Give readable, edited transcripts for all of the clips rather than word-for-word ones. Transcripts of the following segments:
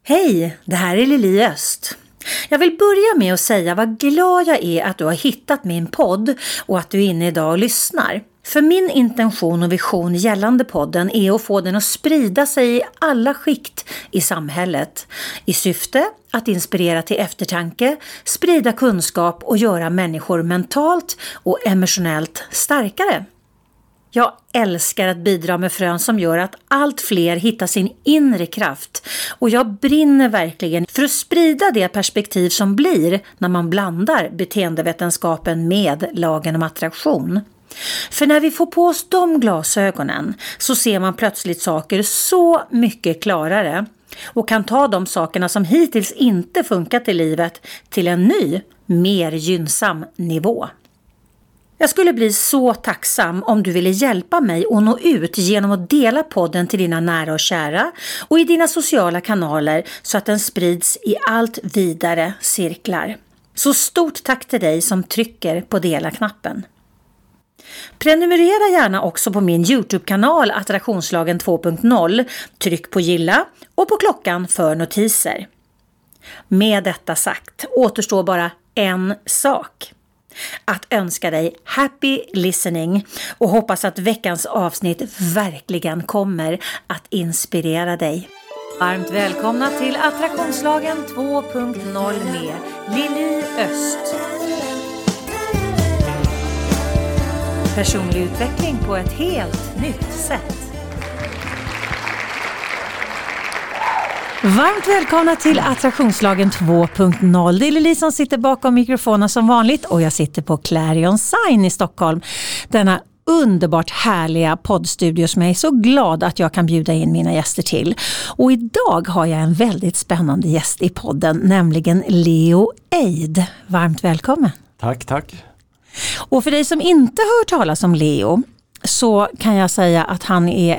Hej, det här är Lili Öst. Jag vill börja med att säga vad glad jag är att du har hittat min podd och att du är inne idag och lyssnar. För min intention och vision gällande podden är att få den att sprida sig i alla skikt i samhället. I syfte att inspirera till eftertanke, sprida kunskap och göra människor mentalt och emotionellt starkare. Jag älskar att bidra med frön som gör att allt fler hittar sin inre kraft och jag brinner verkligen för att sprida det perspektiv som blir när man blandar beteendevetenskapen med lagen om attraktion. För när vi får på oss de glasögonen så ser man plötsligt saker så mycket klarare och kan ta de sakerna som hittills inte funkat i livet till en ny, mer gynnsam nivå. Jag skulle bli så tacksam om du ville hjälpa mig att nå ut genom att dela podden till dina nära och kära och i dina sociala kanaler så att den sprids i allt vidare cirklar. Så stort tack till dig som trycker på dela-knappen. Prenumerera gärna också på min YouTube-kanal Attraktionslagen 2.0, tryck på gilla och på klockan för notiser. Med detta sagt återstår bara en sak. Att önska dig happy listening och hoppas att veckans avsnitt verkligen kommer att inspirera dig. Varmt välkomna till Attraktionslagen 2.0 med Lili Öst. Personlig utveckling på ett helt nytt sätt. Varmt välkomna till Attraktionslagen 2.0. Det är Lili som sitter bakom mikrofonen som vanligt och jag sitter på Clarion Sign i Stockholm. Denna underbart härliga poddstudio som jag är så glad att jag kan bjuda in mina gäster till. Och idag har jag en väldigt spännande gäst i podden, nämligen Leo Eid. Varmt välkommen. Tack. Och för dig som inte hör talas om Leo så kan jag säga att han är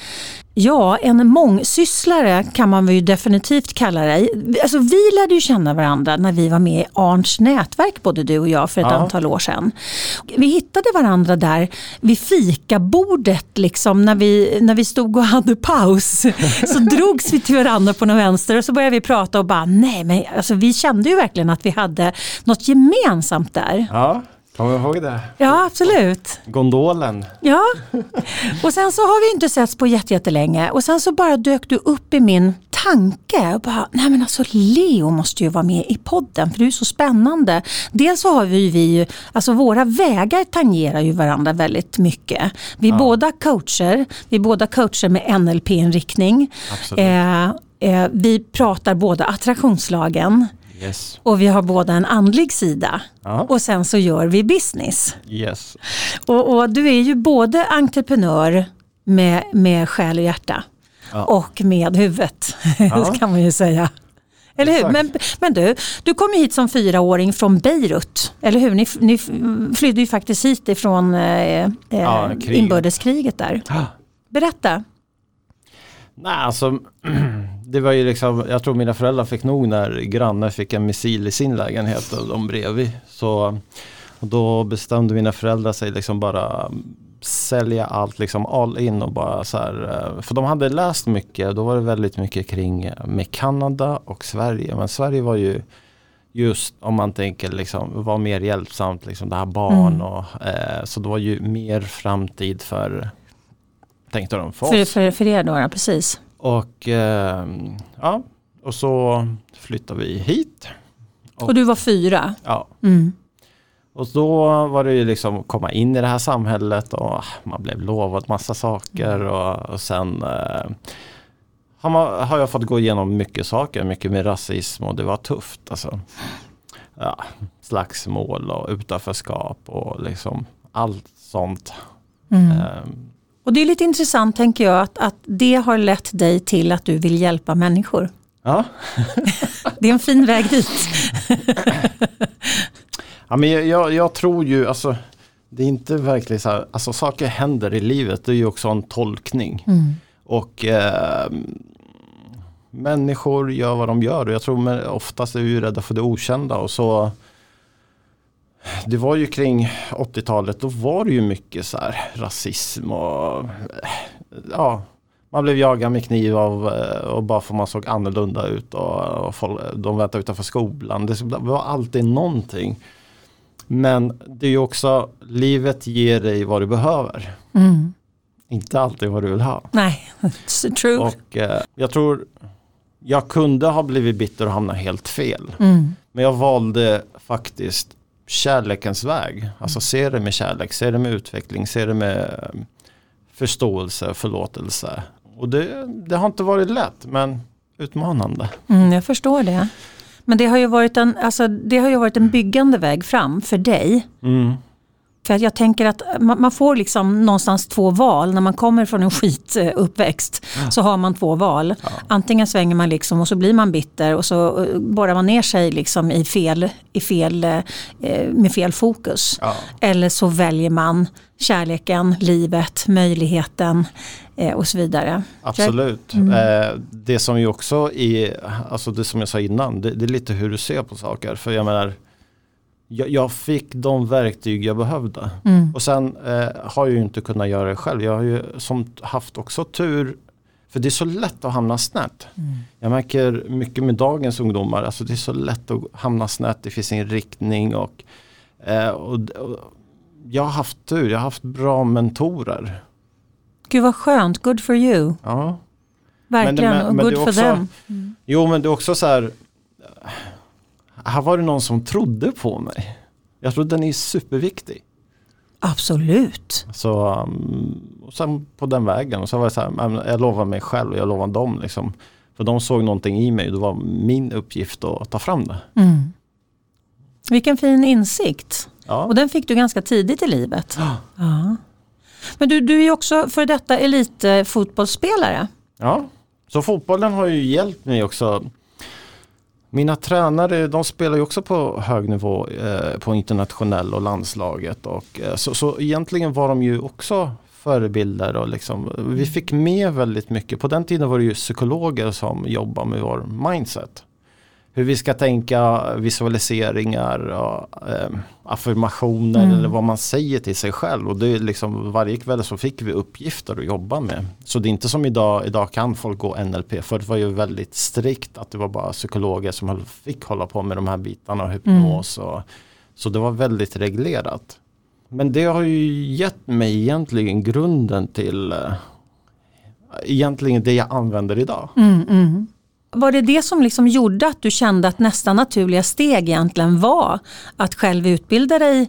en mångsysslare kan man ju definitivt kalla dig. Alltså vi lärde ju känna varandra när vi var med i Arns nätverk, både du och jag, för ett antal år sedan. Vi hittade varandra där vid fikabordet liksom när vi stod och hade paus. Så drogs vi till varandra på någon vänster och så började vi prata och bara alltså vi kände ju verkligen att vi hade något gemensamt där. Ja. Kommer du ihåg det? Ja, absolut. Gondolen. Ja, och sen så har vi inte setts på jättelänge. Och sen så bara dök du upp i min tanke. Och bara, nej men alltså Leo måste ju vara med i podden för det är så spännande. Dels så har vi ju, alltså våra vägar tangerar ju varandra väldigt mycket. Vi är båda coacher med NLP-inriktning. Absolut. Vi pratar båda attraktionslagen. Yes. Och vi har båda en andlig sida. Ja. Och sen så gör vi business. Yes. Och du är ju både entreprenör med själ och hjärta. Ja. Och med huvudet, kan man ju säga. Eller hur? Men du kom ju hit som 4-åring från Beirut. Eller hur? Ni flydde ju faktiskt hit ifrån inbördeskriget där. Berätta. Nej, alltså det var ju liksom, jag tror mina föräldrar fick nog när grannen fick en missil i sin lägenhet och de bredvid. Så då bestämde mina föräldrar sig liksom bara sälja allt liksom all in och bara så här, för de hade läst mycket, då var det väldigt mycket kring med Kanada och Sverige. Men Sverige var ju just, om man tänker liksom, var mer hjälpsamt liksom, det här barn och så det var ju mer framtid tänkte de för oss. För er då, precis. Och och så flyttade vi hit. Och du var 4? Ja. Och då var det ju liksom komma in i det här samhället och man blev lovad massa saker och sen har jag fått gå igenom mycket saker, mycket med rasism och det var tufft alltså. Ja, slagsmål och utanförskap och liksom allt sånt. Och det är lite intressant tänker jag att det har lett dig till att du vill hjälpa människor. Ja. Det är en fin väg dit. Ja, men jag tror ju, alltså det är inte verkligen så här, alltså saker händer i livet, det är ju också en tolkning. Och människor gör vad de gör och jag tror oftast är vi rädda för det okända och så. Det var ju kring 80-talet, då var det ju mycket så här rasism och man blev jagad med kniv och bara för man såg annorlunda ut och de väntade utanför skolan. Det var alltid någonting. Men det är ju också, livet ger dig vad du behöver. Inte alltid vad du vill ha. Nej, it's true. Och jag tror jag kunde ha blivit bitter och hamna helt fel. Men jag valde faktiskt kärlekens väg. Alltså se det med kärlek, se det med utveckling, se det med förståelse, förlåtelse. Och det har inte varit lätt, men utmanande. Jag förstår det. Men det har ju varit en byggande väg fram för dig. För att jag tänker att man får liksom någonstans 2 val. När man kommer från en skituppväxt så har man 2 val. Ja. Antingen svänger man liksom och så blir man bitter och så borrar man ner sig liksom med fel fokus. Ja. Eller så väljer man kärleken, livet, möjligheten och så vidare. Absolut. Det som ju också är, alltså det som jag sa innan, det är lite hur du ser på saker. För jag menar, jag fick de verktyg jag behövde. Och sen har jag ju inte kunnat göra det själv. Jag har ju haft också tur. För det är så lätt att hamna snett. Jag märker mycket med dagens ungdomar. Alltså det är så lätt att hamna snett. Det finns en riktning. Och jag har haft tur. Jag har haft bra mentorer. Gud vad skönt. Good for you. Ja. Verkligen. Och good for them. Jo, men det är också så här. Här var det någon som trodde på mig. Jag tror den är superviktig. Absolut. Så och sen på den vägen. Och så var det så här, jag lovar mig själv och jag lovar dem. Liksom. För de såg någonting i mig. Det var min uppgift att ta fram det. Vilken fin insikt. Ja. Och den fick du ganska tidigt i livet. Ja. Men du är ju också för detta elitfotbollsspelare. Ja, så fotbollen har ju hjälpt mig också. Mina tränare, de spelar ju också på hög nivå på internationell och landslaget. Och, så egentligen var de ju också förebilder. Och liksom, vi fick med väldigt mycket. På den tiden var det ju psykologer som jobbade med vår mindset. Hur vi ska tänka, visualiseringar och affirmationer eller vad man säger till sig själv. Och det är liksom, varje kväll så fick vi uppgifter att jobba med. Så det är inte som idag kan folk gå NLP. För det var ju väldigt strikt att det var bara psykologer som fick hålla på med de här bitarna och hypnos. Så det var väldigt reglerat. Men det har ju gett mig egentligen grunden till egentligen det jag använder idag. Var det som liksom gjorde att du kände att nästa naturliga steg egentligen var att själv utbilda dig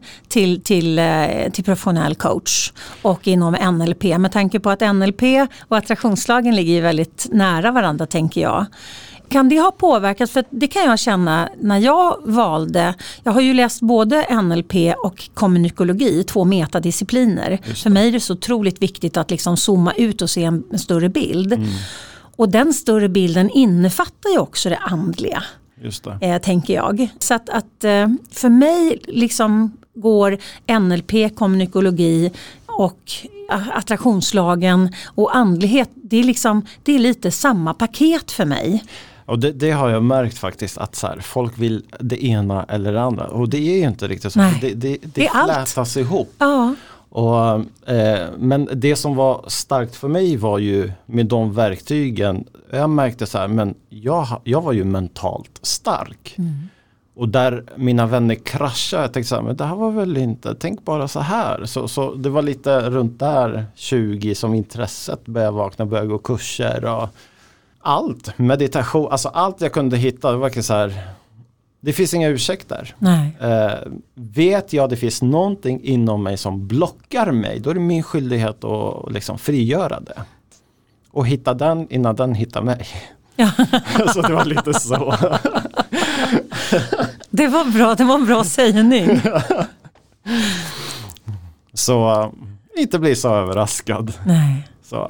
till professionell coach och inom NLP? Med tanke på att NLP och attraktionslagen ligger väldigt nära varandra, tänker jag. Kan det ha påverkat? För det kan jag känna när jag valde. Jag har ju läst både NLP och kommunikologi, 2 metadiscipliner. För mig är det så otroligt viktigt att liksom zooma ut och se en större bild. Och den större bilden innefattar ju också det andliga. Just det. Tänker jag. Så att för mig liksom går NLP, kommunikologi och attraktionslagen och andlighet, det är lite samma paket för mig. Och det har jag märkt faktiskt att så här, folk vill det ena eller det andra. Och det är ju inte riktigt så. Det flätas ihop. Ja. Och, men det som var starkt för mig var ju med de verktygen. Jag märkte så här, men jag var ju mentalt stark. Och där mina vänner kraschade, jag tänkte så här, men det här var väl inte, tänk bara så här. Så det var lite runt där 20 som intresset började vakna, började gå kurser och allt. Meditation, alltså allt jag kunde hitta, det var så här. Det finns inga ursäkter. Nej. Vet jag det finns någonting inom mig som blockar mig, då är det min skyldighet att liksom frigöra det. Och hitta den innan den hittar mig. Ja. Så det var lite så. Det var en bra sägning. Så inte bli så överraskad. Nej. Så.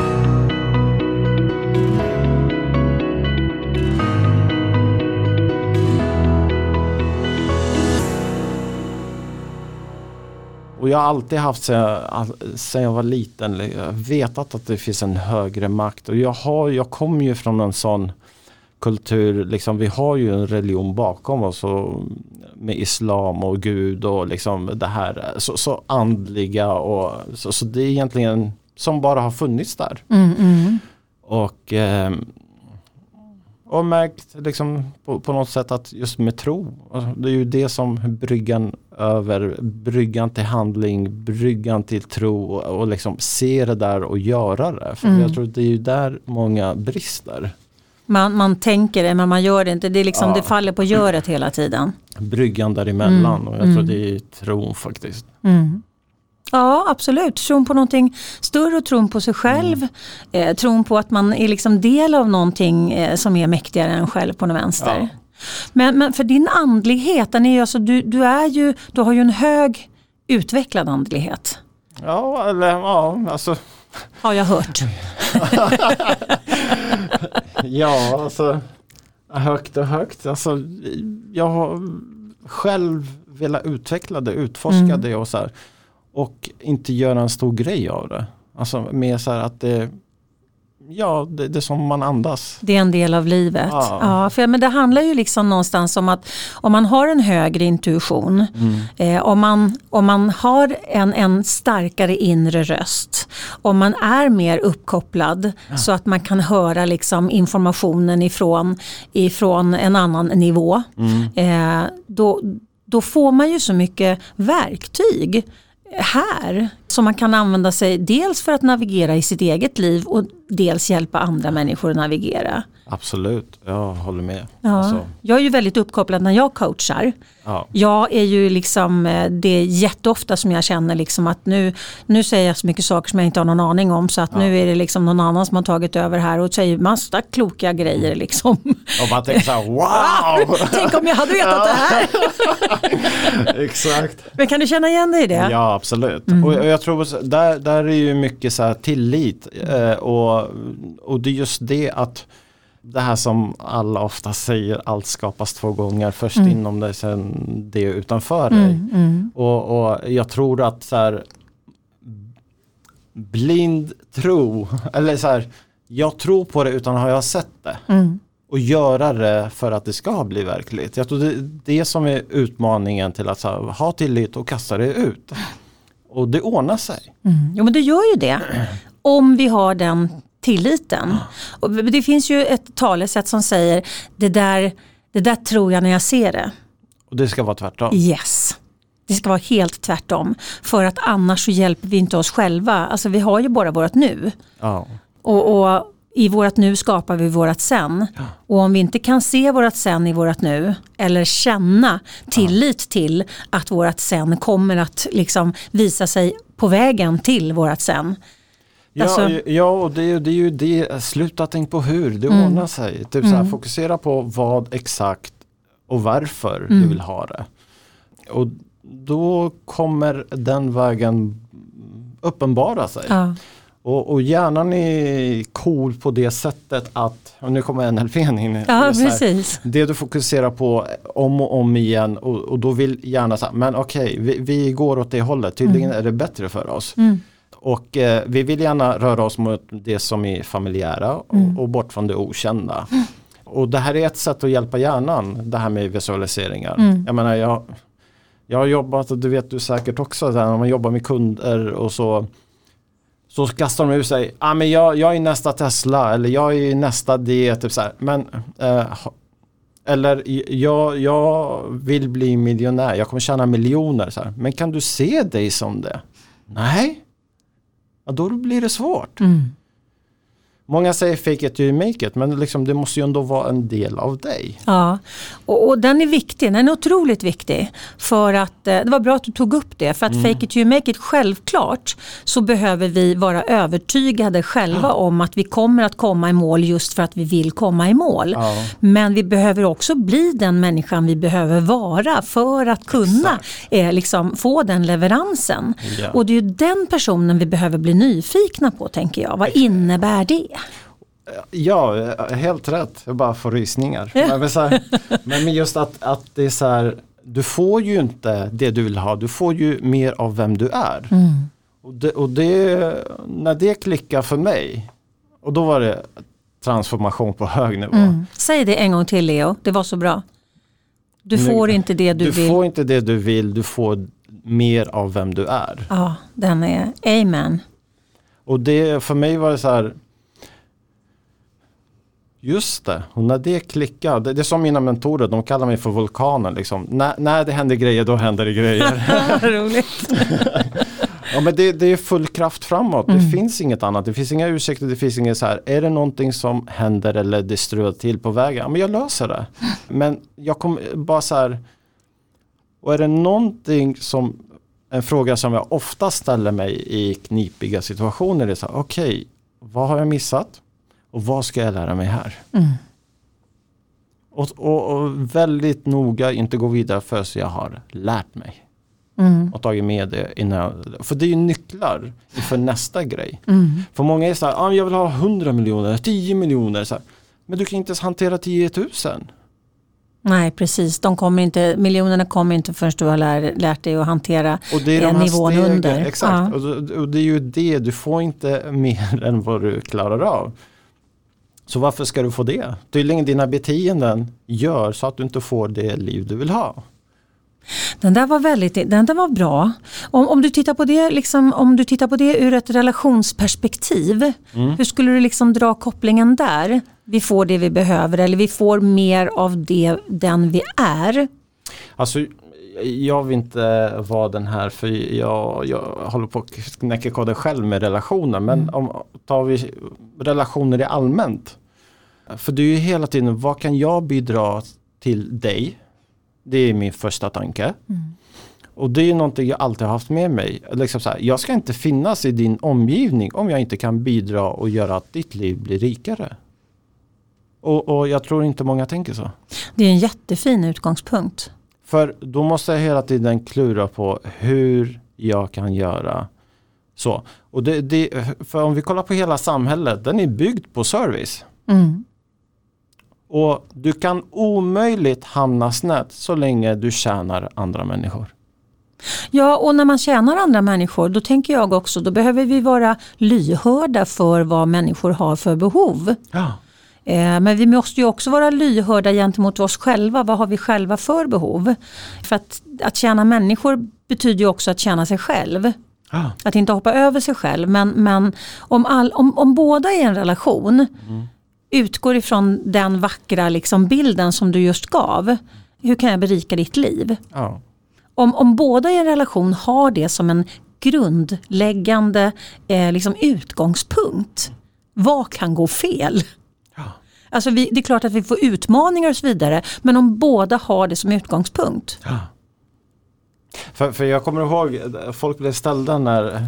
Och jag har alltid haft sen jag var liten vetat att det finns en högre makt. Och jag kommer ju från en sån kultur, liksom, vi har ju en religion bakom oss och med islam och Gud och liksom det här så andliga och så det är egentligen som bara har funnits där. Och märkt liksom på något sätt att just med tro, alltså det är ju det som bryggan till handling, bryggan till tro och liksom se det där och göra det. För jag tror att det är ju där många brister. Man tänker det men man gör det inte. Det är liksom, det faller på göret hela tiden. Bryggan däremellan och jag tror det är tron faktiskt. Ja, absolut. Tron på någonting större och tron på sig själv. Tron på att man är liksom del av någonting som är mäktigare än själv på den vänster. Ja. Men för din andlighet, den är ju alltså, du har ju en hög utvecklad andlighet. Ja, alltså. Har jag hört. Ja, alltså högt och högt. Alltså, jag har själv velat utveckla det, utforska det och så här. Och inte göra en stor grej av det. Alltså mer så här att det är som man andas. Det är en del av livet. Ja, men det handlar ju liksom någonstans om att om man har en högre intuition, om man har en starkare inre röst, om man är mer uppkopplad så att man kan höra liksom informationen ifrån en annan nivå, då får man ju så mycket verktyg här som man kan använda sig dels för att navigera i sitt eget liv och dels hjälpa andra människor att navigera. Absolut, jag håller med. Ja. Alltså. Jag är ju väldigt uppkopplad när jag coachar. Ja. Jag är ju liksom, det är jätteofta som jag känner liksom att nu säger jag så mycket saker som jag inte har någon aning om, så att nu är det liksom någon annan som har tagit över här och säger massa kloka grejer liksom. Och man tänker så här, wow! Tänk om jag hade vetat det här. Exakt. Men kan du känna igen dig i det? Ja, absolut. Och jag tror där är ju mycket så här tillit och det är just det att det här som alla ofta säger, allt skapas 2 gånger, först inom dig, sen det utanför dig. Och jag tror att så här, blind tro, eller så här, jag tror på det utan att jag sett det. Och göra det för att det ska bli verkligt. Jag tror det är det som är utmaningen till att så här, ha tillit och kasta det ut. Och det ordnar sig. Jo, men det gör ju det. Om vi har den tilliten. Och det finns ju ett talesätt som säger det där tror jag när jag ser det. Och det ska vara tvärtom. Yes. Det ska vara helt tvärtom. För att annars så hjälper vi inte oss själva. Alltså vi har ju bara vårt nu. Ja. Och i vårt nu skapar vi vårt sen. Ja. Och om vi inte kan se vårt sen i vårt nu eller känna tillit till att vårt sen kommer att liksom visa sig på vägen till vårt sen. Ja, och det är ju det. Sluta tänka på hur det ordnar sig. Typ så här, fokusera på vad exakt och varför du vill ha det. Och då kommer den vägen uppenbara sig. Ja. Och hjärnan är cool på det sättet att, och nu kommer NLP in. Ja, precis. Det du fokuserar på om och om igen och då vill hjärnan säga, men okej, vi går åt det hållet. Tydligen är det bättre för oss. Och vi vill gärna röra oss mot det som är familjära och bort från det okända. Och det här är ett sätt att hjälpa hjärnan, det här med visualiseringar. Jag menar, jag har jobbat, och det vet du säkert också, när man jobbar med kunder och så kastar de ut sig, men jag är nästa Tesla, eller jag är nästa det, typ så här. Men eller jag vill bli miljonär, jag kommer tjäna miljoner så här. Men kan du se dig som det? Nej. Ja, då blir det svårt. Många säger fake it you make it, men liksom, det måste ju ändå vara en del av dig. Ja, och den är viktig, den är otroligt viktig. För att, det var bra att du tog upp det, för att fake it you make it, självklart så behöver vi vara övertygade själva om att vi kommer att komma i mål just för att vi vill komma i mål. Men vi behöver också bli den människan vi behöver vara för att kunna liksom, få den leveransen. Och det är ju den personen vi behöver bli nyfikna på, tänker jag. Vad innebär det? Ja, helt rätt. Jag bara får rysningar. Men just att det är så här, du får ju inte det du vill ha. Du får ju mer av vem du är. Och det, när det klickar för mig, och då var det transformation på hög nivå. Säg det en gång till, Leo. Det var så bra. Du får inte det du vill. Du får inte det du vill. Du får mer av vem du är. Ja, den är amen. Och det, för mig var det så här, just det, och när det klickar, det är som mina mentorer, de kallar mig för vulkanen liksom. När det händer grejer, då händer det grejer. Roligt. Ja, men det är full kraft framåt. Det finns inget annat. Det finns inga ursäkter. Det finns inget så här. Är det någonting som händer eller det ströar till på vägen? Ja, men jag löser det. Men jag kommer bara så här. Och är det någonting som, en fråga som jag ofta ställer mig i knipiga situationer är så här. Okej, vad har jag missat? Och vad ska jag lära mig här? Och väldigt noga inte gå vidare förrän jag har lärt mig. Och tagit med det innan. För det är ju nycklar för nästa grej. För många är så här, jag vill ha 100 miljoner, 10 miljoner. Så här. Men du kan inte ens hantera 10 000. Nej, precis. Miljonerna kommer inte förrän du har lärt dig att hantera och det är nivån stegen, under. Exakt. Ja. Och det är ju det, du får inte mer än vad du klarar av. Så varför ska du få det? Tydligen dina beteenden gör så att du inte får det liv du vill ha. Den där var bra. Om du tittar på det om du tittar på det ur ett relationsperspektiv, hur skulle du liksom dra kopplingen där? Vi får det vi behöver eller vi får mer av den vi är. Alltså jag vill inte vara den här, för jag håller på att knäcka koden själv med relationer, men om tar vi relationer i allmänt. För det är ju hela tiden, vad kan jag bidra till dig? Det är min första tanke. Och det är ju någonting jag alltid har haft med mig. Liksom så här, jag ska inte finnas i din omgivning om jag inte kan bidra och göra att ditt liv blir rikare. Och jag tror inte många tänker så. Det är en jättefin utgångspunkt. För då måste jag hela tiden klura på hur jag kan göra så. Och för om vi kollar på hela samhället, den är byggd på service. Och du kan omöjligt hamna snett så länge du tjänar andra människor. Ja, och när man tjänar andra människor, då tänker jag också, då behöver vi vara lyhörda för vad människor har för behov. Ja. Men vi måste ju också vara lyhörda gentemot oss själva. Vad har vi själva för behov? För att tjäna människor betyder ju också att tjäna sig själv. Ja. Att inte hoppa över sig själv. Men om båda är i en relation utgår ifrån den vackra liksom bilden som du just gav. Hur kan jag berika ditt liv? Ja. Om båda i en relation har det som en grundläggande liksom utgångspunkt. Vad kan gå fel? Ja. Alltså det är klart att vi får utmaningar och så vidare. Men om båda har det som utgångspunkt. Ja. För jag kommer ihåg, folk blev ställda när...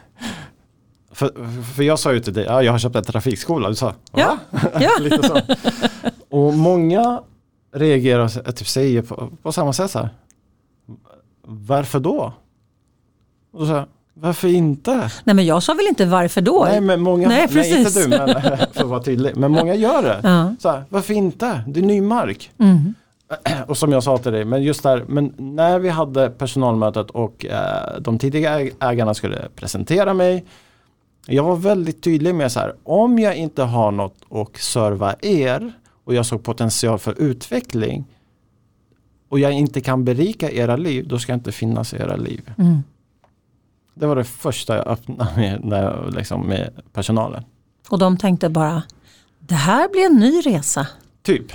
För jag sa ju till dig, jag har köpt en trafikskola. Du sa, ja. Lite så. Och många reagerar och typ säger på samma sätt så här. Varför då? Och så här, varför inte? Nej, men jag sa väl inte varför då? Nej, men många, nej inte du, men för att vara tydlig. Men många gör det. Ja. Så här, varför inte? Det är ny mark. Och som jag sa till dig, men just där, men när vi hade personalmötet och de tidiga ägarna skulle presentera mig, jag var väldigt tydlig med så här, om jag inte har något och serva er och jag såg potential för utveckling och jag inte kan berika era liv, då ska jag inte finnas i era liv. Det var det första jag öppnade med personalen. Och de tänkte bara, det här blir en ny resa. Typ.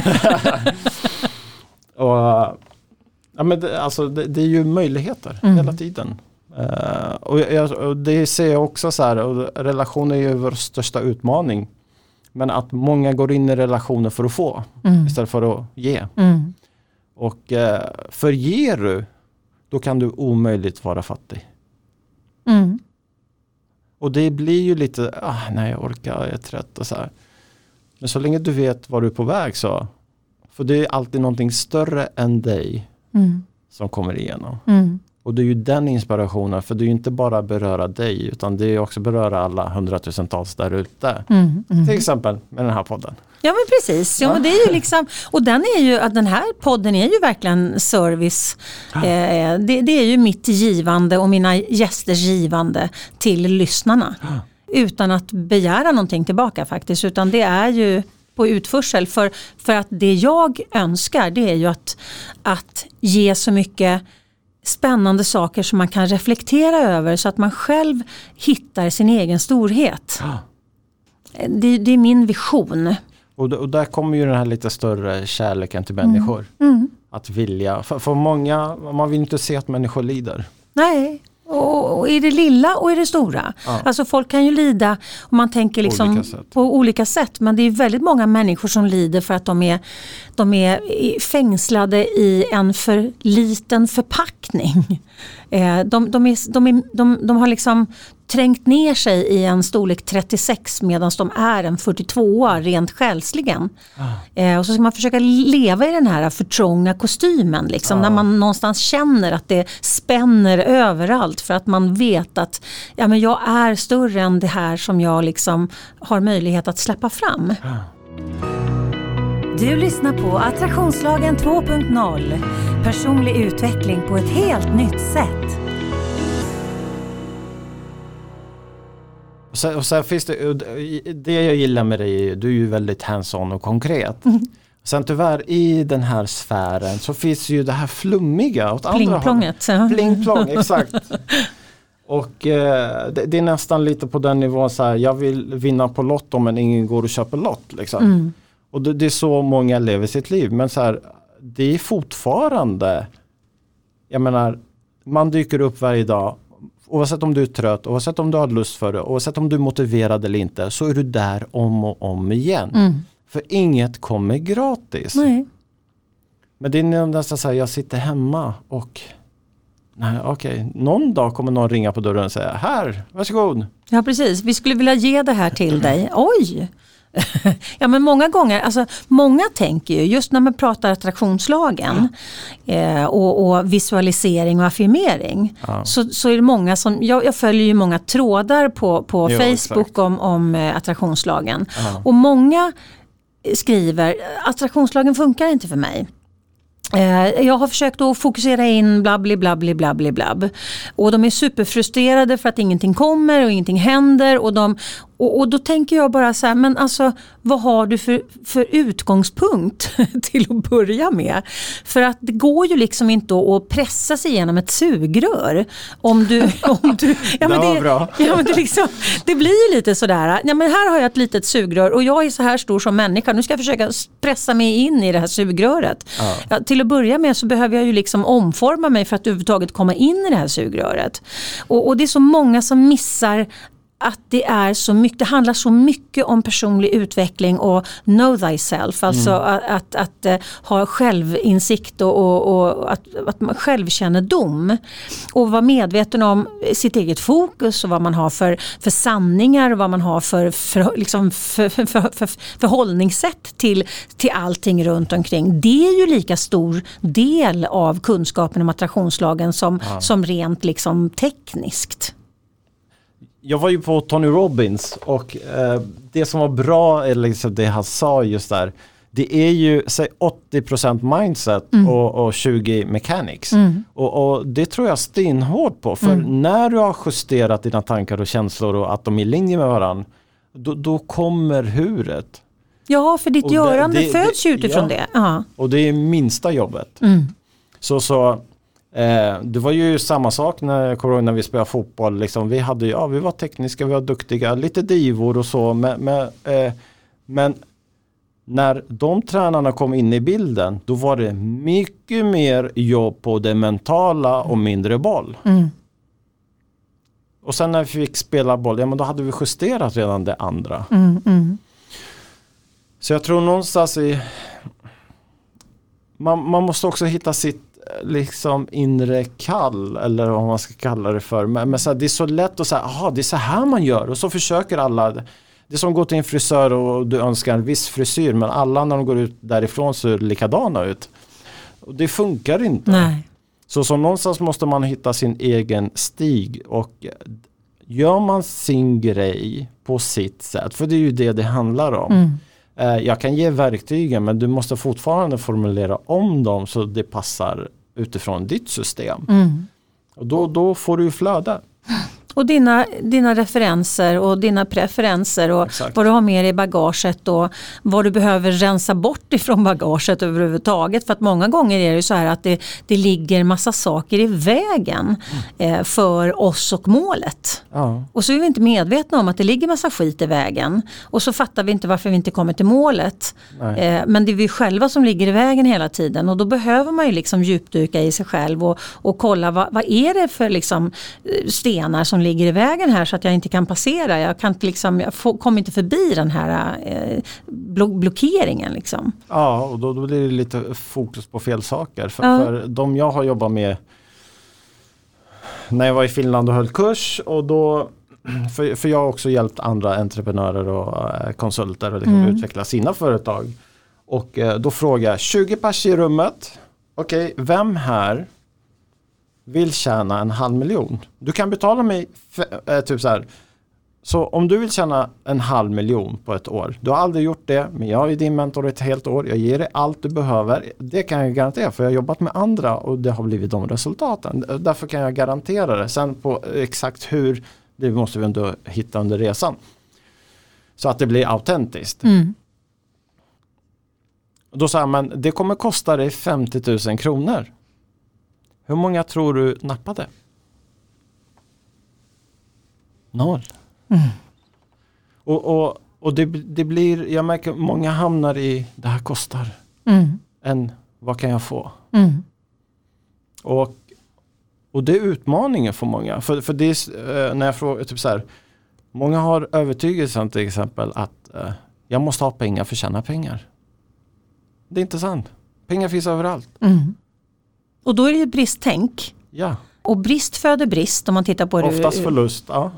Och, men det är ju möjligheter hela tiden. Och det ser jag också så här, och relationer är ju vår största utmaning. Men att många går in i relationer för att få istället för att ge. Och för ger du, då kan du omöjligt vara fattig. Och det blir ju lite, nej jag orkar, jag är trött och så här. Men så länge du vet var du är på väg så, för det är alltid någonting större än dig som kommer igenom. Och det är ju den inspirationen, för det är ju inte bara beröra dig, utan det är också beröra alla hundratusentals där ute. Till exempel med den här podden. Ja, men precis. Ja, men det är ju liksom, och den här podden är ju verkligen service. Det är ju mitt givande och mina gästers givande till lyssnarna. Utan att begära någonting tillbaka faktiskt, utan det är ju på utförsel. För att det jag önskar, det är ju att ge så mycket spännande saker som man kan reflektera över så att man själv hittar sin egen storhet. Det är min vision. Och där kommer ju den här lite större kärleken till människor. Att vilja. För många, man vill inte se att människor lider. Nej. Och i det lilla och i det stora. Ja. Alltså folk kan ju lida om man tänker liksom på olika sätt. Men det är väldigt många människor som lider för att de är fängslade i en för liten förpackning. De har liksom trängt ner sig i en storlek 36 medan de är en 42 rent själsligen. Och så ska man försöka leva i den här förtrånga kostymen liksom, när man någonstans känner att det spänner överallt för att man vet att men jag är större än det här som jag liksom har möjlighet att släppa fram. Du lyssnar på Attraktionslagen 2.0. Personlig utveckling på ett helt nytt sätt. Och sen finns det jag gillar med dig, du är ju väldigt hands-on och konkret. Sen tyvärr i den här sfären så finns ju det här flummiga åt andra hållet. Pling-plong, exakt. Och det är nästan lite på den nivån så här, jag vill vinna på lotto men ingen går och köper lott liksom. Och det är så många lever sitt liv, men så här, det är fortfarande, jag menar, man dyker upp varje dag. Oavsett om du är trött, oavsett om du har lust för det, oavsett om du är motiverad eller inte, så är du där om och om igen. För inget kommer gratis. Nej. Men det är nästan så här, jag sitter hemma och någon dag kommer någon ringa på dörren och säga, här, varsågod. Ja, precis. Vi skulle vilja ge det här till dig. Oj! Ja, men många gånger, alltså många tänker ju just när man pratar attraktionslagen och visualisering och affirmering, så är det många som, jag följer ju många trådar på Facebook om attraktionslagen, och många skriver, attraktionslagen funkar inte för mig. Jag har försökt att fokusera in blabb. Och de är superfrustrerade för att ingenting kommer och ingenting händer. Och då tänker jag bara så här, men alltså vad har du för utgångspunkt till att börja med? För att det går ju liksom inte att pressa sig igenom ett sugrör. Om du ja, men det var bra. Ja, men det blir ju lite sådär, ja, men här har jag ett litet sugrör och jag är så här stor som människa. Nu ska jag försöka pressa mig in i det här sugröret. Ja, till att börja med så behöver jag ju liksom omforma mig för att överhuvudtaget komma in i det här sugröret. Och det är så många som missar att det är så mycket, det handlar så mycket om personlig utveckling och know thyself, alltså att ha självinsikt och att man självkännedom och vara medveten om sitt eget fokus och vad man har för sanningar och vad man har för förhållningssätt till allting runt omkring. Det är ju lika stor del av kunskapen om attraktionslagen som rent liksom tekniskt. Jag var ju på Tony Robbins och det som var bra är liksom det han sa just där. Det är ju 80% mindset och 20 mechanics. Och det tror jag stenhårt på. För när du har justerat dina tankar och känslor och att de är i linje med varandra, då kommer huret. Ja, för ditt görande föds ju utifrån det. Ja. Och det är minsta jobbet. Så det var ju samma sak när vi spelade fotboll. Liksom. Vi var tekniska, vi var duktiga, lite divor och så. Men när de tränarna kom in i bilden, då var det mycket mer jobb på det mentala och mindre boll. Och sen när vi fick spela boll, men då hade vi justerat redan det andra. Så jag tror någonstans man måste också hitta sitt liksom inre kall, eller vad man ska kalla det för. Men så här, det är så lätt att säga, det är så här man gör. Och så försöker alla, det är som att gå till en frisör och du önskar en viss frisyr, men alla när de går ut därifrån så är det likadana ut. Och det funkar inte. Nej. Så någonstans måste man hitta sin egen stig, och gör man sin grej på sitt sätt, för det är ju det handlar om. Jag kan ge verktygen, men du måste fortfarande formulera om dem så det passar utifrån ditt system. Och då får du flöda. Och dina referenser och dina preferenser och Exakt. vad du har med dig i bagaget och vad du behöver rensa bort ifrån bagaget överhuvudtaget. För att många gånger är det så här att det ligger massa saker i vägen för oss och målet. Ja. Och så är vi inte medvetna om att det ligger massa skit i vägen. Och så fattar vi inte varför vi inte kommer till målet. Men det är vi själva som ligger i vägen hela tiden. Och då behöver man ju liksom djupdyka i sig själv och kolla vad är det för liksom stenar som ligger i vägen här så att jag inte kan passera. Jag kommer inte förbi den här blockeringen liksom. Ja, och då blir det lite fokus på fel saker. För de jag har jobbat med när jag var i Finland och höll kurs och då för jag har också hjälpt andra entreprenörer och konsulter att liksom utveckla sina företag. Och då frågar jag 20 pers i rummet. Okej, vem här vill tjäna 500 000? Du kan betala mig typ så här. Så om du vill tjäna 500 000 på ett år, du har aldrig gjort det, men jag är din mentor ett helt år, jag ger dig allt du behöver. Det kan jag garantera, för jag har jobbat med andra och det har blivit de resultaten. Därför kan jag garantera det. Sen på exakt hur, det måste vi ändå hitta under resan. Så att det blir autentiskt. Då sa man, det kommer kosta dig 50 000 kronor. Hur många tror du nappade? 0. Och det blir, jag märker många hamnar i det här kostar än vad kan jag få? Och det är utmaningen för många. För det är, när jag frågar typ så här, många har övertygelsen till exempel att jag måste ha pengar för att tjäna pengar. Det är inte sant. Pengar finns överallt. Och då är det ju bristtänk. Ja. Och brist föder brist om man tittar på det. Oftast förlust, ja.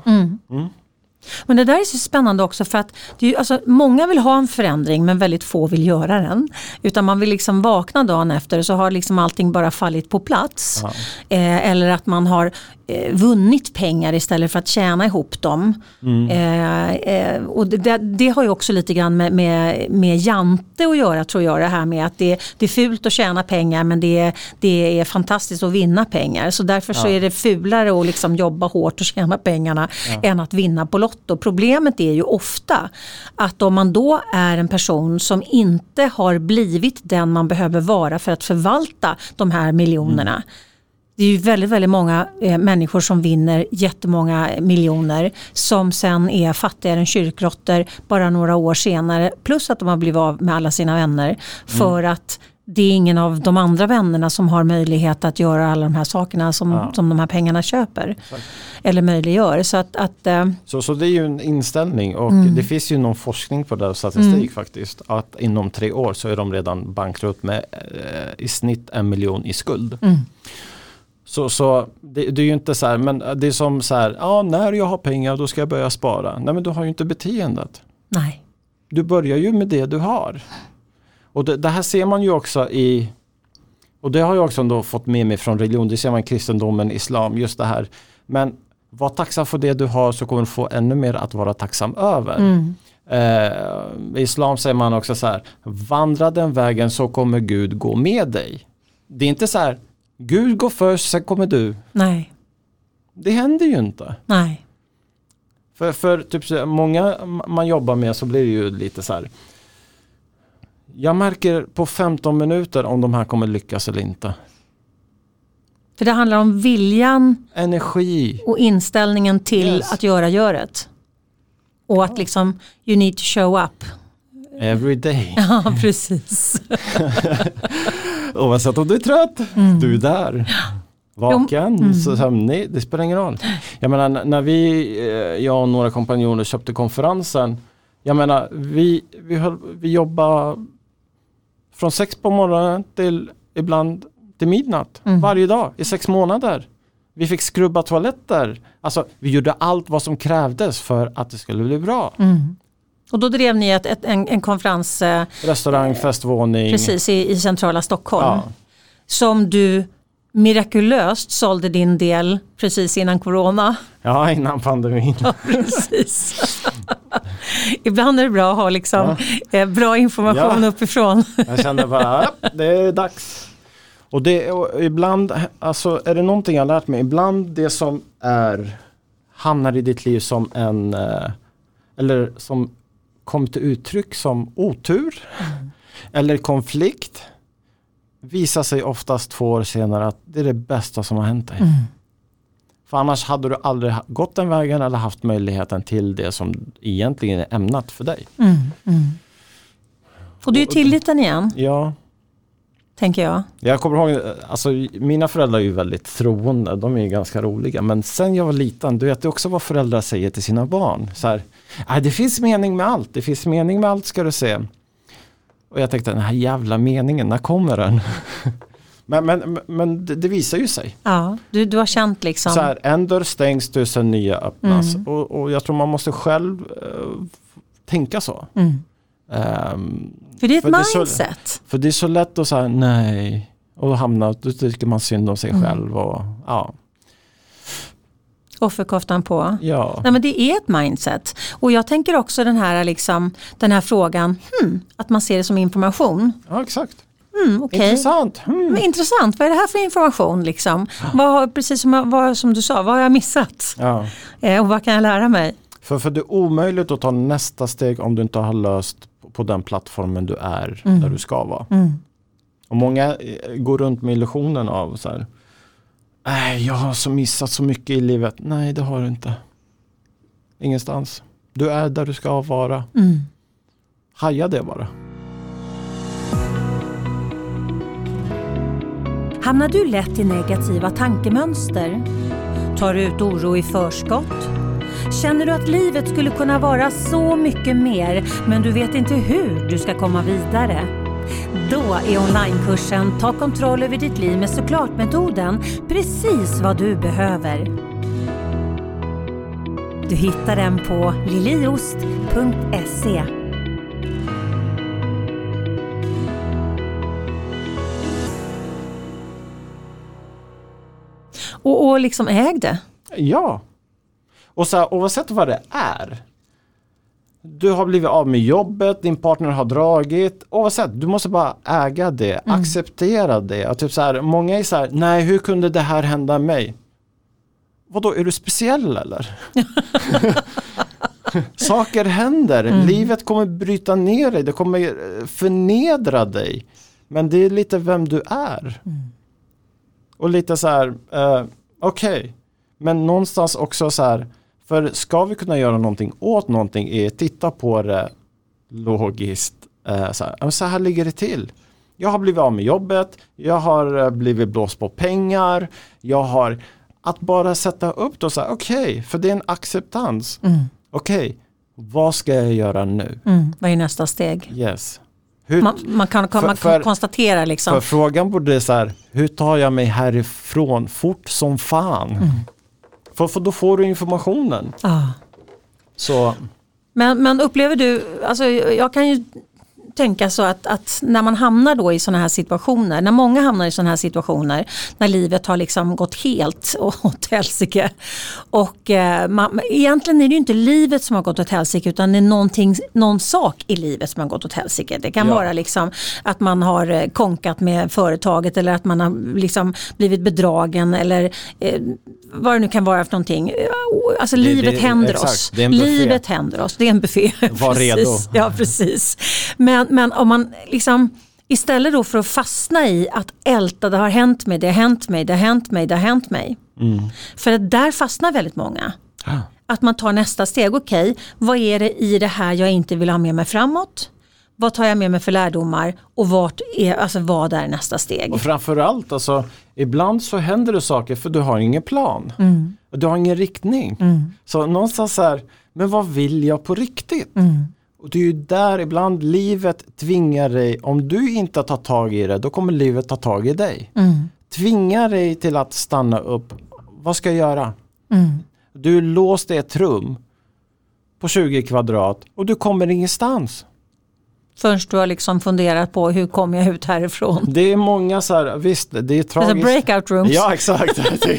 Men det där är så spännande också för att många vill ha en förändring men väldigt få vill göra den. Utan man vill liksom vakna dagen efter och så har liksom allting bara fallit på plats. Ja. Eller att man har vunnit pengar istället för att tjäna ihop dem. Och det har ju också lite grann med jante att göra, tror jag, det här med att det är fult att tjäna pengar men det är fantastiskt att vinna pengar. Så därför så är det fulare att liksom jobba hårt och tjäna pengarna än att vinna på lotto. Problemet är ju ofta att om man då är en person som inte har blivit den man behöver vara för att förvalta de här miljonerna. Det är ju väldigt, väldigt många människor som vinner jättemånga miljoner som sen är fattigare än kyrkråttor bara några år senare. Plus att de har blivit av med alla sina vänner för att det är ingen av de andra vännerna som har möjlighet att göra alla de här sakerna som de här pengarna köper. Eller möjliggör. Så det är ju en inställning och det finns ju någon forskning på det, statistik faktiskt, att inom 3 år så är de redan bankrutt med i snitt 1 miljon i skuld. Så det är ju inte så här, men det är som så här, när jag har pengar då ska jag börja spara. Nej, men du har ju inte beteendet. Nej. Du börjar ju med det du har. Och det här ser man ju också och det har jag också ändå fått med mig från religion, det ser man i kristendomen, islam, just det här. Men var tacksam för det du har så kommer du få ännu mer att vara tacksam över. I islam säger man också så här, vandra den vägen så kommer Gud gå med dig. Det är inte så här, Gud går först, sen kommer du. Nej. Det händer ju inte. Nej. För typ många man jobbar med så blir det ju lite så här. Jag märker på 15 minuter om de här kommer lyckas eller inte. För det handlar om viljan, energi och inställningen till att göra göret. Och att liksom, you need to show up. Every day. Ja, precis. Oavsett om du är trött, du är där. Vaken, sömnig, det spelar ingen roll. Jag menar, när jag och några kompanjoner köpte konferensen, jag menar, vi jobbar från 6 på morgonen till ibland till midnatt. Varje dag i 6 månader. Vi fick skrubba toaletter. Alltså, vi gjorde allt vad som krävdes för att det skulle bli bra. Och då drev ni en konferens... Restaurang, festvåning. Precis, i centrala Stockholm. Ja. Som du mirakulöst sålde din del precis innan corona. Ja, innan pandemin. Ja, precis. Ibland är det bra att ha liksom, bra information uppifrån. Jag kände bara, det är dags. Och ibland, alltså är det någonting jag har lärt mig, ibland det som är hamnar i ditt liv som en eller som kom till uttryck som otur eller konflikt visar sig oftast 2 år senare att det är det bästa som har hänt dig. För annars hade du aldrig gått den vägen eller haft möjligheten till det som egentligen är ämnat för dig. Och du är tilliten igen. Ja. Tänker jag. Jag kommer ihåg, alltså mina föräldrar är ju väldigt troende, de är ju ganska roliga. Men sen jag var liten, du vet det också vad föräldrar säger till sina barn. Så här, det finns mening med allt, det finns mening med allt ska du se. Och jag tänkte, den här jävla meningen, när kommer den? men det visar ju sig. Ja, du har känt liksom. Så här, en dörr stängs, 1000 nya öppnas. Och jag tror man måste själv tänka så. För det är ett mindset. För det är så lätt att säga nej. Och då tycker man synd om sig själv. Och, ja. Offerkoftan på. Ja. Nej, men det är ett mindset. Och jag tänker också den här frågan. Att man ser det som information. Ja, exakt. Okay. Intressant. Men intressant. Vad är det här för information liksom? Precis som du sa, vad har jag missat? Ja. Och vad kan jag lära mig? För det är omöjligt att ta nästa steg om du inte har löst på den plattformen du är där du ska vara. Och många går runt med illusionen av så här, jag har så missat så mycket i livet. Nej, det har du inte. Ingenstans. Du är där du ska vara. Haja det bara. Hamnar du lätt i negativa tankemönster? Tar du ut oro i förskott? Känner du att livet skulle kunna vara så mycket mer men du vet inte hur du ska komma vidare? Då är onlinekursen Ta kontroll över ditt liv med såklart-metoden precis vad du behöver. Du hittar den på liliost.se. Och liksom äg det. Ja. Och så här, oavsett vad det är. Du har blivit av med jobbet, din partner har dragit. Oavsett, du måste bara äga det, acceptera det. Och typ så här, många är så här, nej hur kunde det här hända mig? Vadå, är du speciell eller? Saker händer, livet kommer bryta ner dig, det kommer förnedra dig. Men det är lite vem du är. Och lite så här, okej. Men någonstans också så här, för ska vi kunna göra någonting åt någonting är titta på det logiskt. Så här ligger det till. Jag har blivit av med jobbet, jag har blivit blåst på pengar, jag har att bara sätta upp det och säga okej, för det är en acceptans. Okej, vad ska jag göra nu? Vad är nästa steg? Yes. Man kan konstatera liksom. För frågan borde så här, hur tar jag mig härifrån fort som fan? För då får du informationen. Så. Men upplever du, alltså jag kan ju tänka så att när man hamnar då i såna här situationer, när många hamnar i såna här situationer, när livet har liksom gått helt åt helsike och egentligen är det ju inte livet som har gått åt helsike utan det är någon sak i livet som har gått åt helsike. Det kan vara liksom att man har konkat med företaget eller att man har liksom blivit bedragen eller vad det nu kan vara för någonting. Alltså livet händer oss. Livet händer oss. Det är en buffé. Var redo. Ja, precis. Men om man liksom istället då för att fastna i att älta, det har hänt mig, det har hänt mig, det har hänt mig, det har hänt mig. För att där fastnar väldigt många. Att man tar nästa steg. Okej, vad är det i det här jag inte vill ha med mig framåt? Vad tar jag med mig för lärdomar? Och vad är nästa steg? Och framförallt, alltså, ibland så händer det saker för du har ingen plan. Du har ingen riktning. Så någonstans så här, men vad vill jag på riktigt? Och det är ju där ibland livet tvingar dig, om du inte tar tag i det, då kommer livet ta tag i dig. Tvingar dig till att stanna upp. Vad ska jag göra? Du är låst i ett rum på 20 kvadrat och du kommer ingenstans. Först du har liksom funderat på hur kommer jag ut härifrån. Det är många så här, visst, det är tragiskt. Det är breakout rooms. Ja, exakt.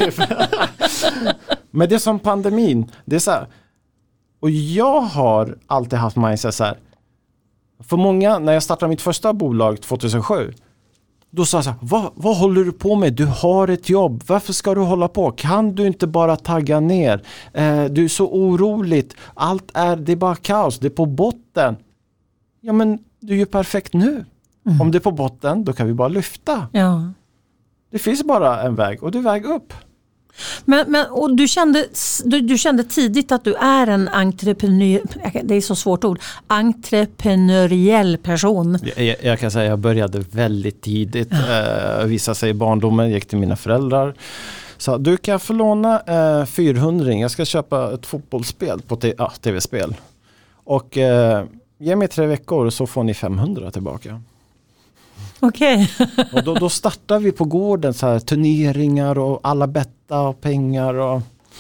Men det är som pandemin. Det är så här, och jag har alltid haft mindset så här. För många, när jag startade mitt första bolag 2007, Då sa jag så här, vad håller du på med? Du har ett jobb. Varför ska du hålla på? Kan du inte bara tagga ner? Du är så oroligt. Det är bara kaos. Det är på botten. Ja, men du är ju perfekt nu. Om det är på botten, då kan vi bara lyfta. Ja. Det finns bara en väg och det är väg upp. Men och du kände tidigt att du är en entreprenör, det är så svårt ord, entreprenöriell person. Jag kan säga att jag började väldigt tidigt. Visade sig i barndomen, gick till mina föräldrar. Så du kan få låna 400, jag ska köpa ett fotbollsspel på tv-spel. Och ge mig 3 veckor så får ni 500 tillbaka. Okej. Och då startar vi på gården så här turneringar och alla betta och pengar och...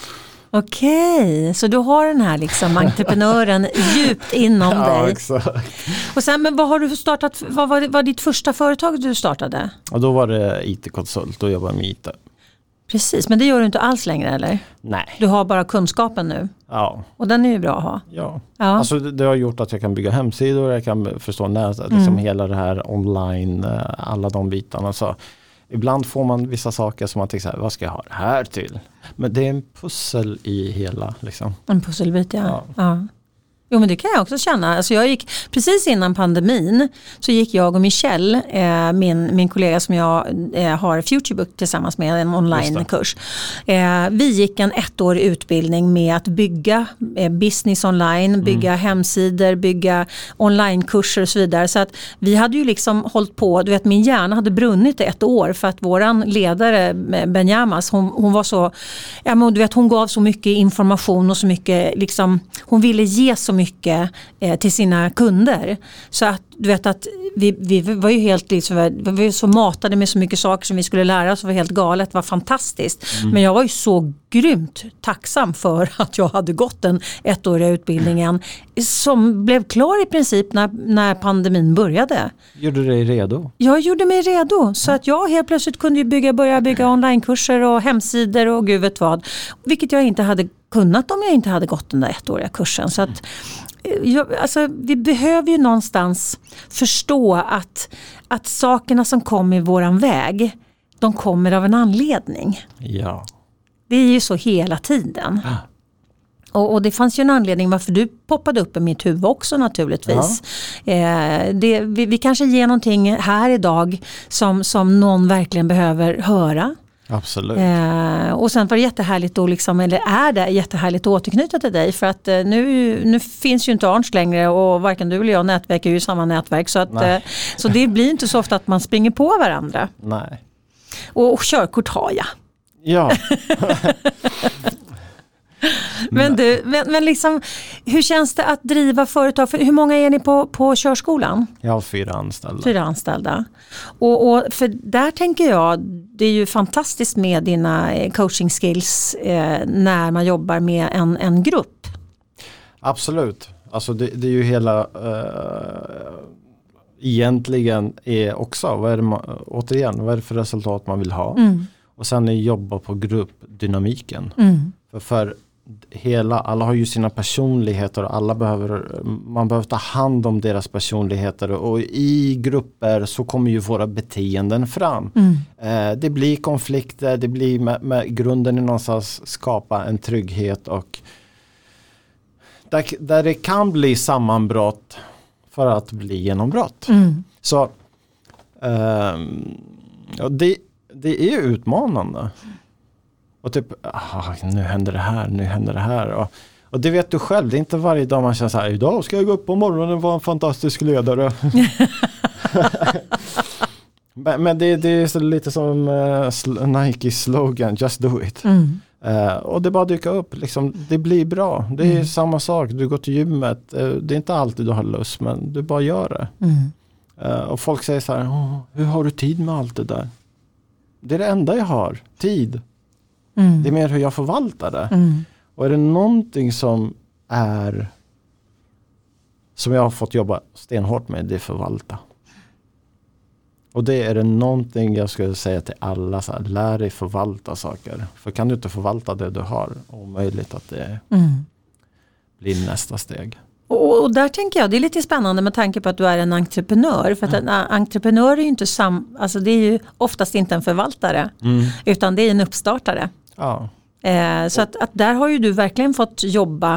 Okej, så du har den här liksom entreprenören djupt inom dig. Ja, exakt. Och sen, men vad har du startat, vad var ditt första företag du startade? Och då var det IT-konsult och jobbade med IT. Precis, men det gör du inte alls längre, eller? Nej. Du har bara kunskapen nu. Ja. Och den är ju bra att ha. Ja. Ja. Alltså det har gjort att jag kan bygga hemsidor, jag kan förstå nätet, liksom hela det här online, alla de bitarna. Så ibland får man vissa saker som man tänker så här, vad ska jag ha det här till? Men det är en pussel i hela liksom. En pusselbit, ja. Jo, men det kan jag också känna. Alltså jag gick, precis innan pandemin så gick jag och Michelle, min kollega som jag har Futurebook tillsammans med, en onlinekurs. Vi gick en 1-årig utbildning med att bygga business online, bygga hemsidor, bygga onlinekurser och så vidare. Så att vi hade ju liksom hållit på, du vet, min hjärna hade brunnit i 1 år för att våran ledare Benjamas, hon var så, ja men du vet, hon gav så mycket information och så mycket liksom, hon ville ge så mycket till sina kunder. Så att du vet att vi var ju helt liksom, vi var så matade med så mycket saker som vi skulle lära oss, var helt galet, det var fantastiskt. Men jag var ju så grymt tacksam för att jag hade gått den 1-åriga utbildningen som blev klar i princip när pandemin började. Gjorde du dig redo? Jag gjorde mig redo så att jag helt plötsligt kunde ju börja bygga onlinekurser och hemsidor och gud vet vad. Vilket jag inte hade kunnat om jag inte hade gått den där 1-åriga kursen. Så att alltså, vi behöver ju någonstans förstå att sakerna som kommer i våran väg, de kommer av en anledning. Ja. Det är ju så hela tiden. Och det fanns ju en anledning varför du poppade upp i mitt huvud också naturligtvis. Vi kanske ger någonting här idag som någon verkligen behöver höra. Absolut. Och sen var det jättehärligt då liksom, eller är det jättehärligt att återknyta till dig för att nu finns ju inte Arns längre och varken du eller jag nätverkar ju i samma nätverk så att så det blir inte så ofta att man springer på varandra. Nej. Och körkort har jag. Ja. Men liksom, hur känns det att driva företag? Hur många är ni på körskolan? Jag har 4 anställda. 4 anställda. Och för där tänker jag, det är ju fantastiskt med dina coaching skills när man jobbar med en grupp. Absolut. Alltså det är ju hela egentligen är också, vad är det för resultat man vill ha? Och sen är jobba på gruppdynamiken. För alla har ju sina personligheter och man behöver ta hand om deras personligheter och i grupper så kommer ju våra beteenden fram. Det blir konflikter, det blir med grunden i någonstans skapa en trygghet och där det kan bli sammanbrott för att bli genombrott. Så det är utmanande. Och typ, nu händer det här. Och det vet du själv, det är inte varje dag man känner så här, idag ska jag gå upp på morgonen och vara en fantastisk ledare. Men det är så lite som Nike slogan, just do it. Och det bara dyker upp, liksom, det blir bra. Det är samma sak, du går till gymmet, det är inte alltid du har lust, men du bara gör det. Och folk säger så här, hur har du tid med allt det där? Det är det enda jag har, tid. Det är mer hur jag förvaltar det. Och är det någonting som jag har fått jobba stenhårt med, det är förvalta. Och det är det någonting jag skulle säga till alla, så här, lär dig förvalta saker. För kan du inte förvalta det du har, omöjligt att det blir nästa steg. Och där tänker jag, det är lite spännande med tanke på att du är en entreprenör. För att en entreprenör är ju inte alltså det är ju oftast inte en förvaltare. Utan det är en uppstartare. Ja. Så att där har ju du verkligen fått jobba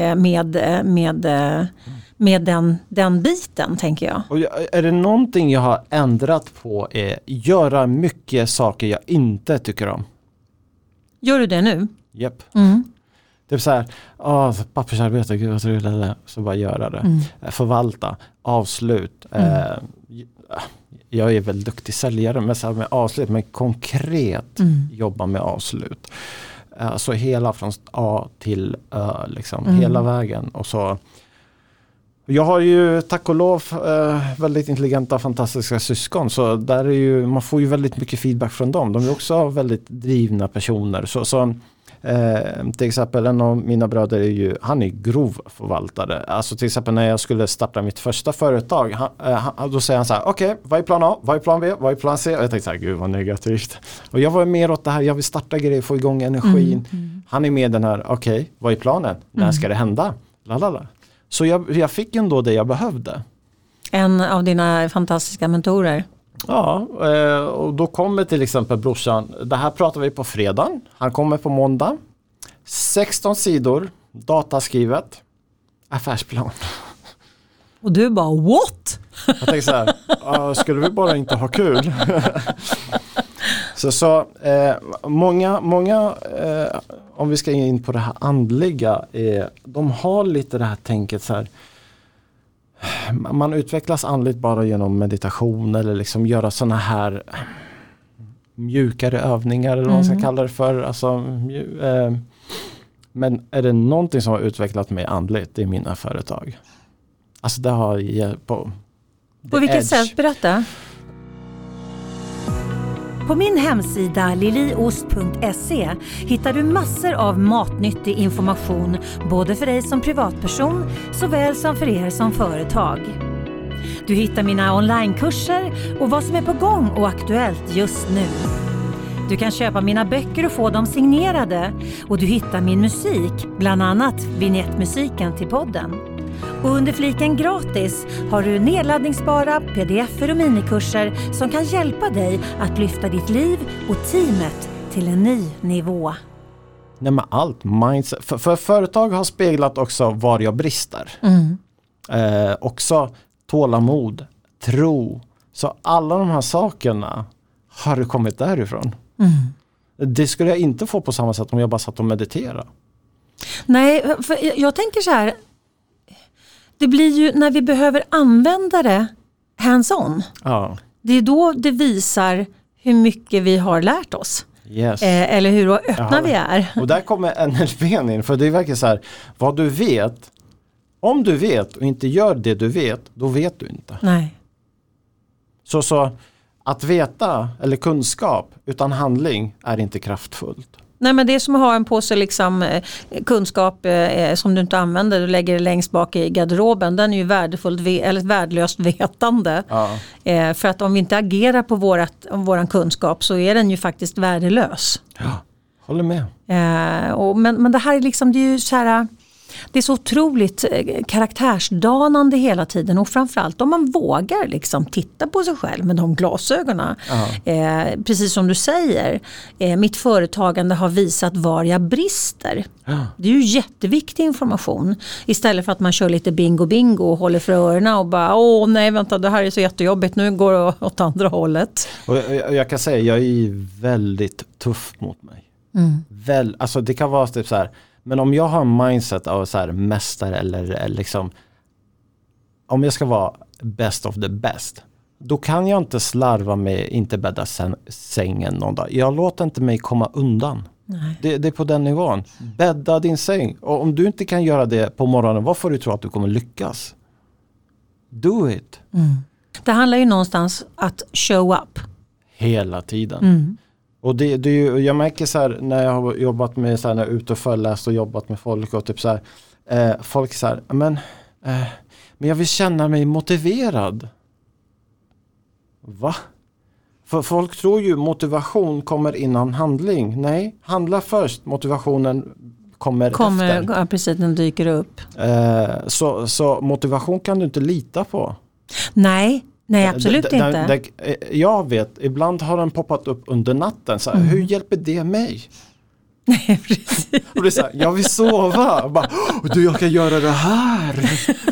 med den biten, tänker jag. Och är det någonting jag har ändrat på är göra mycket saker jag inte tycker om. Gör du det nu? Japp. Mm. Typ så här, pappersarbete, gud vad trevligt, så bara göra det. Förvalta, avslut. Jag är väl duktig säljare med avslut, men konkret jobba med avslut. Så hela från A till Ö, liksom, hela vägen. Och så. Jag har ju tack och lov väldigt intelligenta, fantastiska syskon, så där är ju, man får ju väldigt mycket feedback från dem. De är också väldigt drivna personer. Så till exempel en av mina bröder han är grov förvaltare. Alltså till exempel när jag skulle starta mitt första företag, då säger han så här: okej, vad är plan A, vad är plan B, vad är plan C? Och jag tänkte så här, gud vad negativt. Och jag var mer åt det här, jag vill starta grejer, få igång energin. Han är med den här, okej, vad är planen? När ska det hända? Lalala. Så jag fick ändå det jag behövde. En av dina fantastiska mentorer. Ja, och då kommer till exempel brorsan, det här pratar vi på fredag, han kommer på måndag, 16 sidor, dataskrivet, affärsplan. Och du bara, what? Jag tänkte så här, skulle vi bara inte ha kul? så många om vi ska in på det här andliga, de har lite det här tänket så här, man utvecklas andligt bara genom meditation eller liksom göra såna här mjukare övningar eller vad man ska kalla det för. Alltså, men är det någonting som har utvecklat mig andligt, det är mina företag. Alltså det har jag på vilket sätt? Berätta. På min hemsida liliost.se hittar du massor av matnyttig information både för dig som privatperson såväl som för er som företag. Du hittar mina onlinekurser och vad som är på gång och aktuellt just nu. Du kan köpa mina böcker och få dem signerade och du hittar min musik, bland annat vignettmusiken till podden. Och under fliken gratis har du nedladdningsbara pdf-er och minikurser som kan hjälpa dig att lyfta ditt liv och teamet till en ny nivå. Nej, men allt mindset. För företag har speglat också var jag brister. Också tålamod, tro. Så alla de här sakerna har kommit därifrån. Det skulle jag inte få på samma sätt om jag bara satt och mediterade. Nej, för jag tänker så här. Det blir ju när vi behöver använda det hands-on. Ja. Det är då det visar hur mycket vi har lärt oss. Yes. Eller hur öppna vi är. Och där kommer NLP in. För det är verkligen så här, vad du vet, om du vet och inte gör det du vet, då vet du inte. Nej. Så att veta eller kunskap utan handling är inte kraftfullt. Nej, men det är som att ha en påse liksom, kunskap som du inte använder. Du lägger det längst bak i garderoben. Den är ju värdelöst vetande. Ja. För att om vi inte agerar på våran kunskap så är den ju faktiskt värdelös. Ja, håller med. Men det här är liksom, det är ju så här... Det är så otroligt karaktärsdanande hela tiden och framförallt om man vågar liksom titta på sig själv med de glasögonen. Precis som du säger, mitt företagande har visat var jag brister. Det är ju jätteviktig information istället för att man kör lite bingo och håller för öronen och bara nej vänta, det här är så jättejobbigt, nu går det åt andra hållet. Och jag kan säga, jag är väldigt tuff mot mig. Alltså det kan vara typ så här. Men om jag har en mindset av så här mästare eller liksom, om jag ska vara best of the best, då kan jag inte slarva med inte bädda sängen någon dag. Jag låter inte mig komma undan. Det är på den nivån. Bädda din säng. Och om du inte kan göra det på morgonen, vad får du tro att du kommer lyckas? Do it. Det handlar ju någonstans att show up. Hela tiden. Och det är ju, jag märker så här när jag har jobbat med så här, när jag är ute och föreläst och jobbat med folk och typ så här, folk så här, men jag vill känna mig motiverad. Va? För folk tror ju motivation kommer innan handling. Nej, handla först. Motivationen kommer efter. Ja, precis, den dyker upp. Så motivation kan du inte lita på. Nej, absolut inte. Jag vet, ibland har den poppat upp under natten. Så här, hur hjälper det mig? Nej, precis. Och det är så här, jag vill sova. Bara, jag kan göra det här.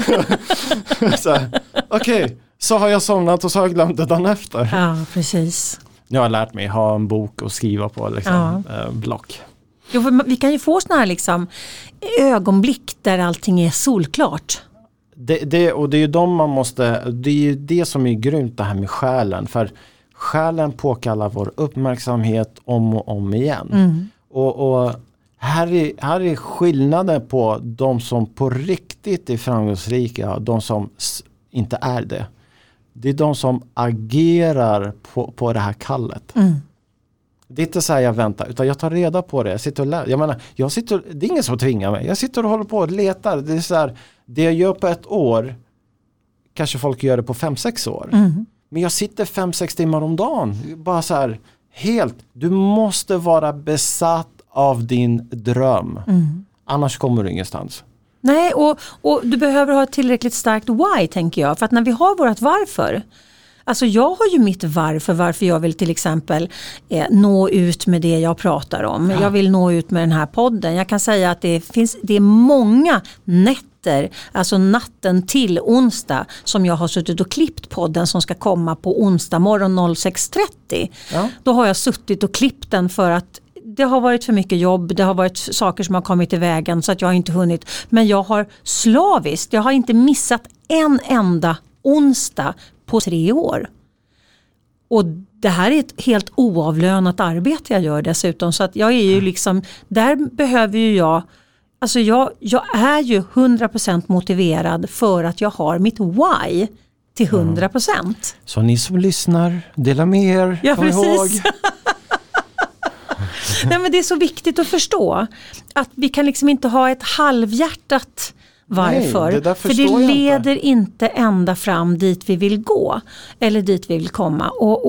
Okej, så har jag somnat och så har jag glömt det dagen efter. Ja, precis. Jag har lärt mig ha en bok och skriva på liksom, block. Jo, för vi kan ju få såna här liksom, ögonblick där allting är solklart. Och det är ju det är ju det som är grymt det här med själen. För själen påkallar vår uppmärksamhet om och om igen. Och här är skillnaden på de som på riktigt är framgångsrika och de som inte är det. Det är de som agerar på det här kallet. Det är inte så här jag väntar, utan jag tar reda på det. Jag sitter och lär. Jag menar, det är ingen som tvingar mig. Jag sitter och håller på och letar. Det är så här, det jag gör på ett år, kanske folk gör det på 5-6 år. Men jag sitter 5-6 timmar om dagen. Bara så här, helt. Du måste vara besatt av din dröm. Annars kommer du ingenstans. Nej, och du behöver ha ett tillräckligt starkt why, tänker jag. För att när vi har vårt varför. Alltså jag har ju mitt varför jag vill till exempel nå ut med det jag pratar om. Jag vill nå ut med den här podden. Jag kan säga att det är många nätter, alltså natten till onsdag, som jag har suttit och klippt podden som ska komma på onsdag morgon 06.30. Ja. Då har jag suttit och klippt den för att det har varit för mycket jobb, det har varit saker som har kommit i vägen så att jag har inte hunnit. Men jag har slaviskt, jag har inte missat en enda onsdag på 3 år. Och det här är ett helt oavlönat arbete jag gör dessutom. Så att jag är ju liksom, där behöver ju jag, alltså jag är ju 100% motiverad för att jag har mitt why till 100%. Så ni som lyssnar, dela med er. Ja, precis. Nej, men det är så viktigt att förstå att vi kan liksom inte ha ett halvhjärtat varför. Nej, för det leder inte ända fram dit vi vill gå eller dit vi vill komma.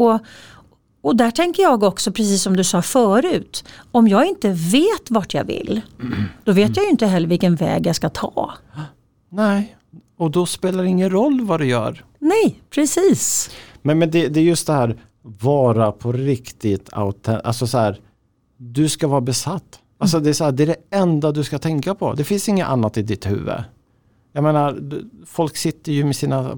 Och där tänker jag också, precis som du sa förut, om jag inte vet vart jag vill, då vet jag ju inte heller vilken väg jag ska ta. Nej, och då spelar det ingen roll vad du gör. Nej, precis. Men det är just det här, vara på riktigt alltså så här, du ska vara besatt. Alltså det är så här, det är det enda du ska tänka på. Det finns inget annat i ditt huvud. Jag menar, folk sitter ju med sina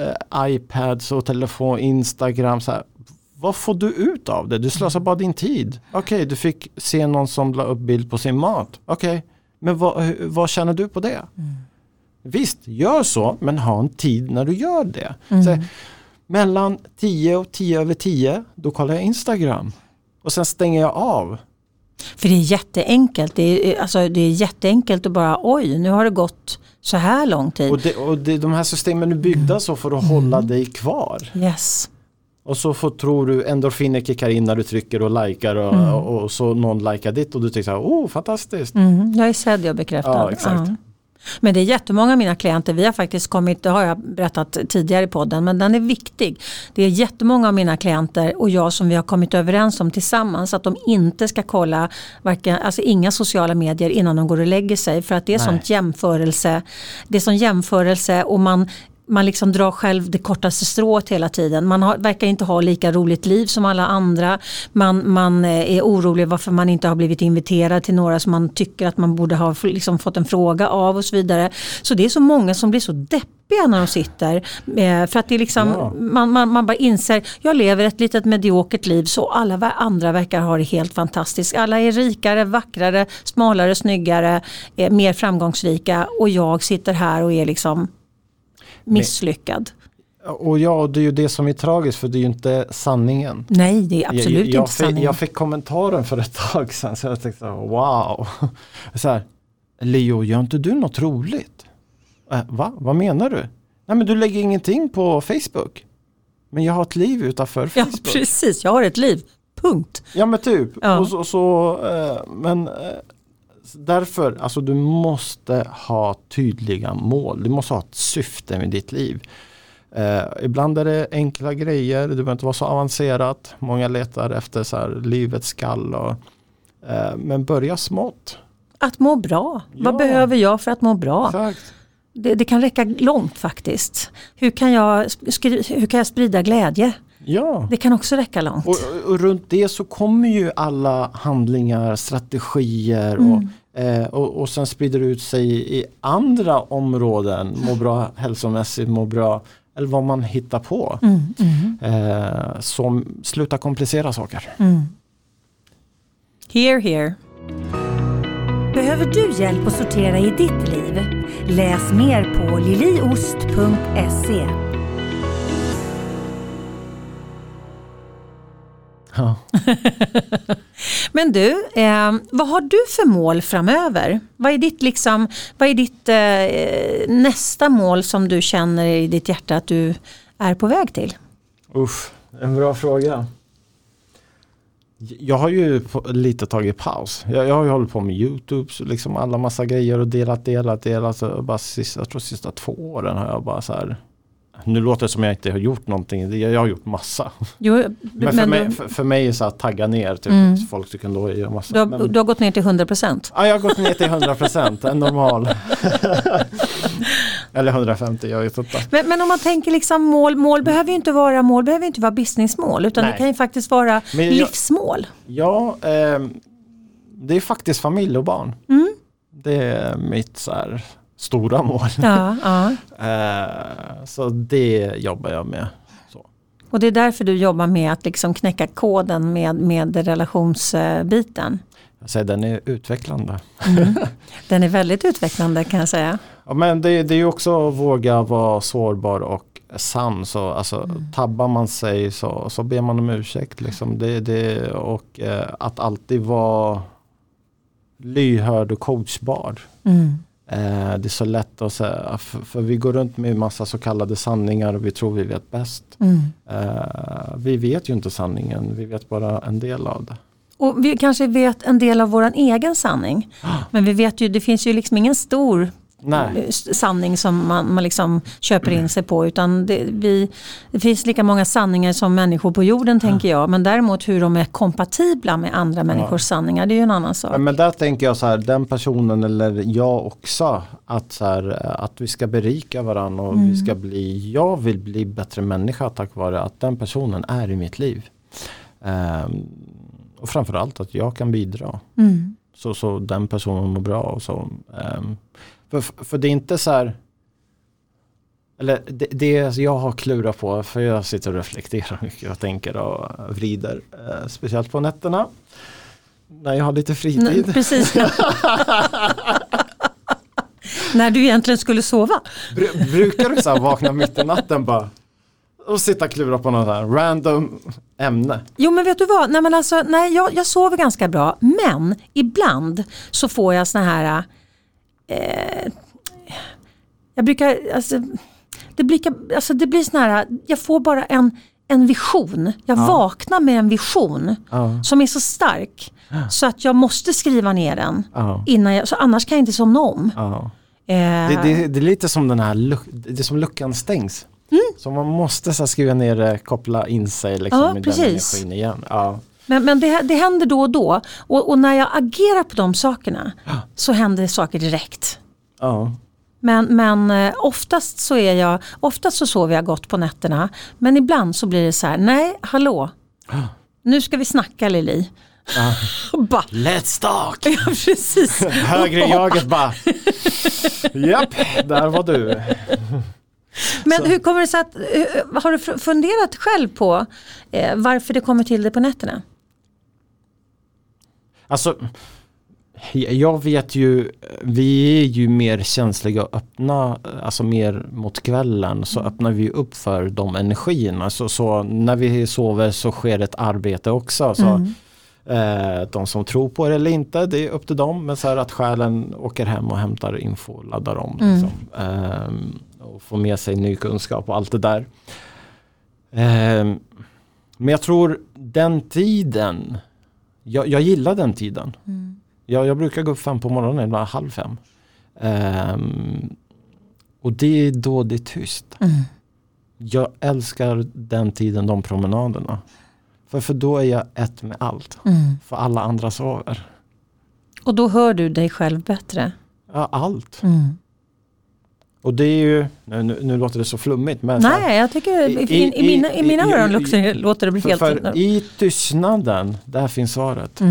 iPads och telefon, Instagram så här. Vad får du ut av det? Du slösar bara din tid. Okej, du fick se någon som la upp bild på sin mat. Okej, men vad känner du på det? Visst, gör så, men ha en tid när du gör det. Så, mellan 10 och 10 över 10, då kollar jag Instagram. Och sen stänger jag av. För det är jätteenkelt. Det är jätteenkelt att bara, oj, nu har det gått så här lång tid. Och de här systemen är byggda så för att hålla dig kvar. Yes. Och så tror du endorfiner kickar in när du trycker och likar och så någon likar ditt och du tycker så här, fantastiskt. Jag är sedd och bekräftad. Ja, exakt. Men det är jättemånga av mina klienter, vi har faktiskt kommit, det har jag berättat tidigare i podden, men den är viktig. Det är jättemånga av mina klienter och jag som vi har kommit överens om tillsammans att de inte ska kolla inga sociala medier innan de går och lägger sig, för att det är sånt jämförelse. Det är sån jämförelse och man liksom drar själv det kortaste strået hela tiden. Man verkar inte ha lika roligt liv som alla andra. Man är orolig varför man inte har blivit inviterad till några som man tycker att man borde ha liksom fått en fråga av och så vidare. Så det är så många som blir så deppiga när de sitter. För att det är liksom, man bara inser, jag lever ett litet mediokert liv så alla andra verkar ha det helt fantastiskt. Alla är rikare, vackrare, smalare, snyggare, mer framgångsrika och jag sitter här och är liksom misslyckad. Och det är ju det som är tragiskt, för det är ju inte sanningen. Nej, det är absolut inte sanningen. Jag fick kommentaren för ett tag sedan så jag tänkte, wow. Så här, Leo, gör inte du något roligt? Va? Vad menar du? Nej, men du lägger ingenting på Facebook. Men jag har ett liv utanför Facebook. Ja, precis. Jag har ett liv. Punkt. Ja, men typ. Ja. Men därför, alltså du måste ha tydliga mål. Du måste ha ett syfte med ditt liv. Ibland är det enkla grejer. Det behöver inte vara så avancerat. Många letar efter så här livets skall. Men börja smått. att må bra. Ja. Vad behöver jag för att må bra? Exakt. Det kan räcka långt faktiskt. Hur kan jag sprida glädje? Ja. Det kan också räcka långt. Och runt det så kommer ju alla handlingar, strategier och sen sprider det ut sig i andra områden. Må bra hälsomässigt, må bra, eller vad man hittar på. Som slutar komplicera saker. Here. Behöver du hjälp att sortera i ditt liv? Läs mer på liliost.se. Ja. Men du, vad har du för mål framöver? Vad är ditt nästa mål som du känner i ditt hjärta att du är på väg till? En bra fråga. Jag har ju lite tagit paus. Jag har ju hållit på med YouTube, så liksom alla massa grejer och delat. Så bara sista 2 åren har jag bara så här. Nu låter det som jag inte har gjort någonting. Jag har gjort massa. Jo, men för mig är så att tagga ner. Typ, folk tycker ändå att jag gör massa. Du har gått ner till 100%? Ja, jag har gått ner till 100%. En normal. Eller 150, jag vet inte. Men om man tänker liksom mål behöver ju inte vara businessmål. Utan det kan ju faktiskt vara livsmål. Ja, det är faktiskt familj och barn. Det är mitt så här stora mål. Ja. Så det jobbar jag med. Så. Och det är därför du jobbar med att liksom knäcka koden med relationsbiten. Jag säger, den är utvecklande. Den är väldigt utvecklande, kan jag säga. Ja, men det är ju också att våga vara sårbar och sann. Så, alltså, tabbar man sig så ber man om ursäkt. Liksom. Och att alltid vara lyhörd och coachbar. Det är så lätt att säga, för vi går runt med massa så kallade sanningar och vi tror vi vet bäst. Vi vet ju inte sanningen, vi vet bara en del av det. Och vi kanske vet en del av vår egen sanning. Men vi vet ju, det finns ju liksom ingen stor sanning som man liksom köper in sig på. Utan det finns lika många sanningar som människor på jorden, tänker jag. Men däremot hur de är kompatibla med andra människors sanningar, det är ju en annan sak. Men där tänker jag så här, den personen eller jag också, att vi ska berika varandra och jag vill bli bättre människa tack vare att den personen är i mitt liv. Och framförallt att jag kan bidra. Så den personen mår bra. Och så, för det är inte så här. Eller det jag har klurat på. För jag sitter och reflekterar mycket. Och tänker och vrider. Speciellt på nätterna. När jag har lite fritid. Precis. När du egentligen skulle sova. Brukar du så här vakna mitt i natten bara. Och sitta och klura på något här random ämne. Jo, men vet du vad? Jag sover ganska bra. Men ibland så får jag såna här... jag brukar... det blir såna här... Jag får bara en vision. Jag vaknar med en vision som är så stark. Så att jag måste skriva ner den. Innan så annars kan jag inte somna om. Det är lite som den här... Det är som luckan stängs. Så man måste så skriva ner det, koppla in sig liksom, med den energin igen. Ja. Men det händer då och då. Och när jag agerar på de sakerna så händer saker direkt. Ja. Men oftast så sover jag gott på nätterna. Men ibland så blir det så här, nej, hallå. Nu ska vi snacka, Lili. Let's talk! Ja, precis. Högre jaget bara. Japp, där var du. Men hur kommer det sig att, har du funderat själv på varför det kommer till det på nätterna? Alltså, jag vet ju, vi är ju mer känsliga och öppna, alltså mer mot kvällen så öppnar vi upp för de energierna. Så när vi sover så sker ett arbete också. Så de som tror på det eller inte, det är upp till dem. Men så här att själen åker hem och hämtar info, laddar om liksom. Och får med sig ny kunskap och allt det där. Men jag tror den tiden, jag gillar den tiden. Jag brukar gå upp 5 på morgonen, eller 4:30. Och det är då det är tyst. Jag älskar den tiden, de promenaderna. För då är jag ett med allt. För alla andra sover. Och då hör du dig själv bättre? Ja, allt. Och det är ju, nu låter det så flummigt. Men nej, jag tycker i mina öron låter det bli helt... För i tystnaden, där finns svaret.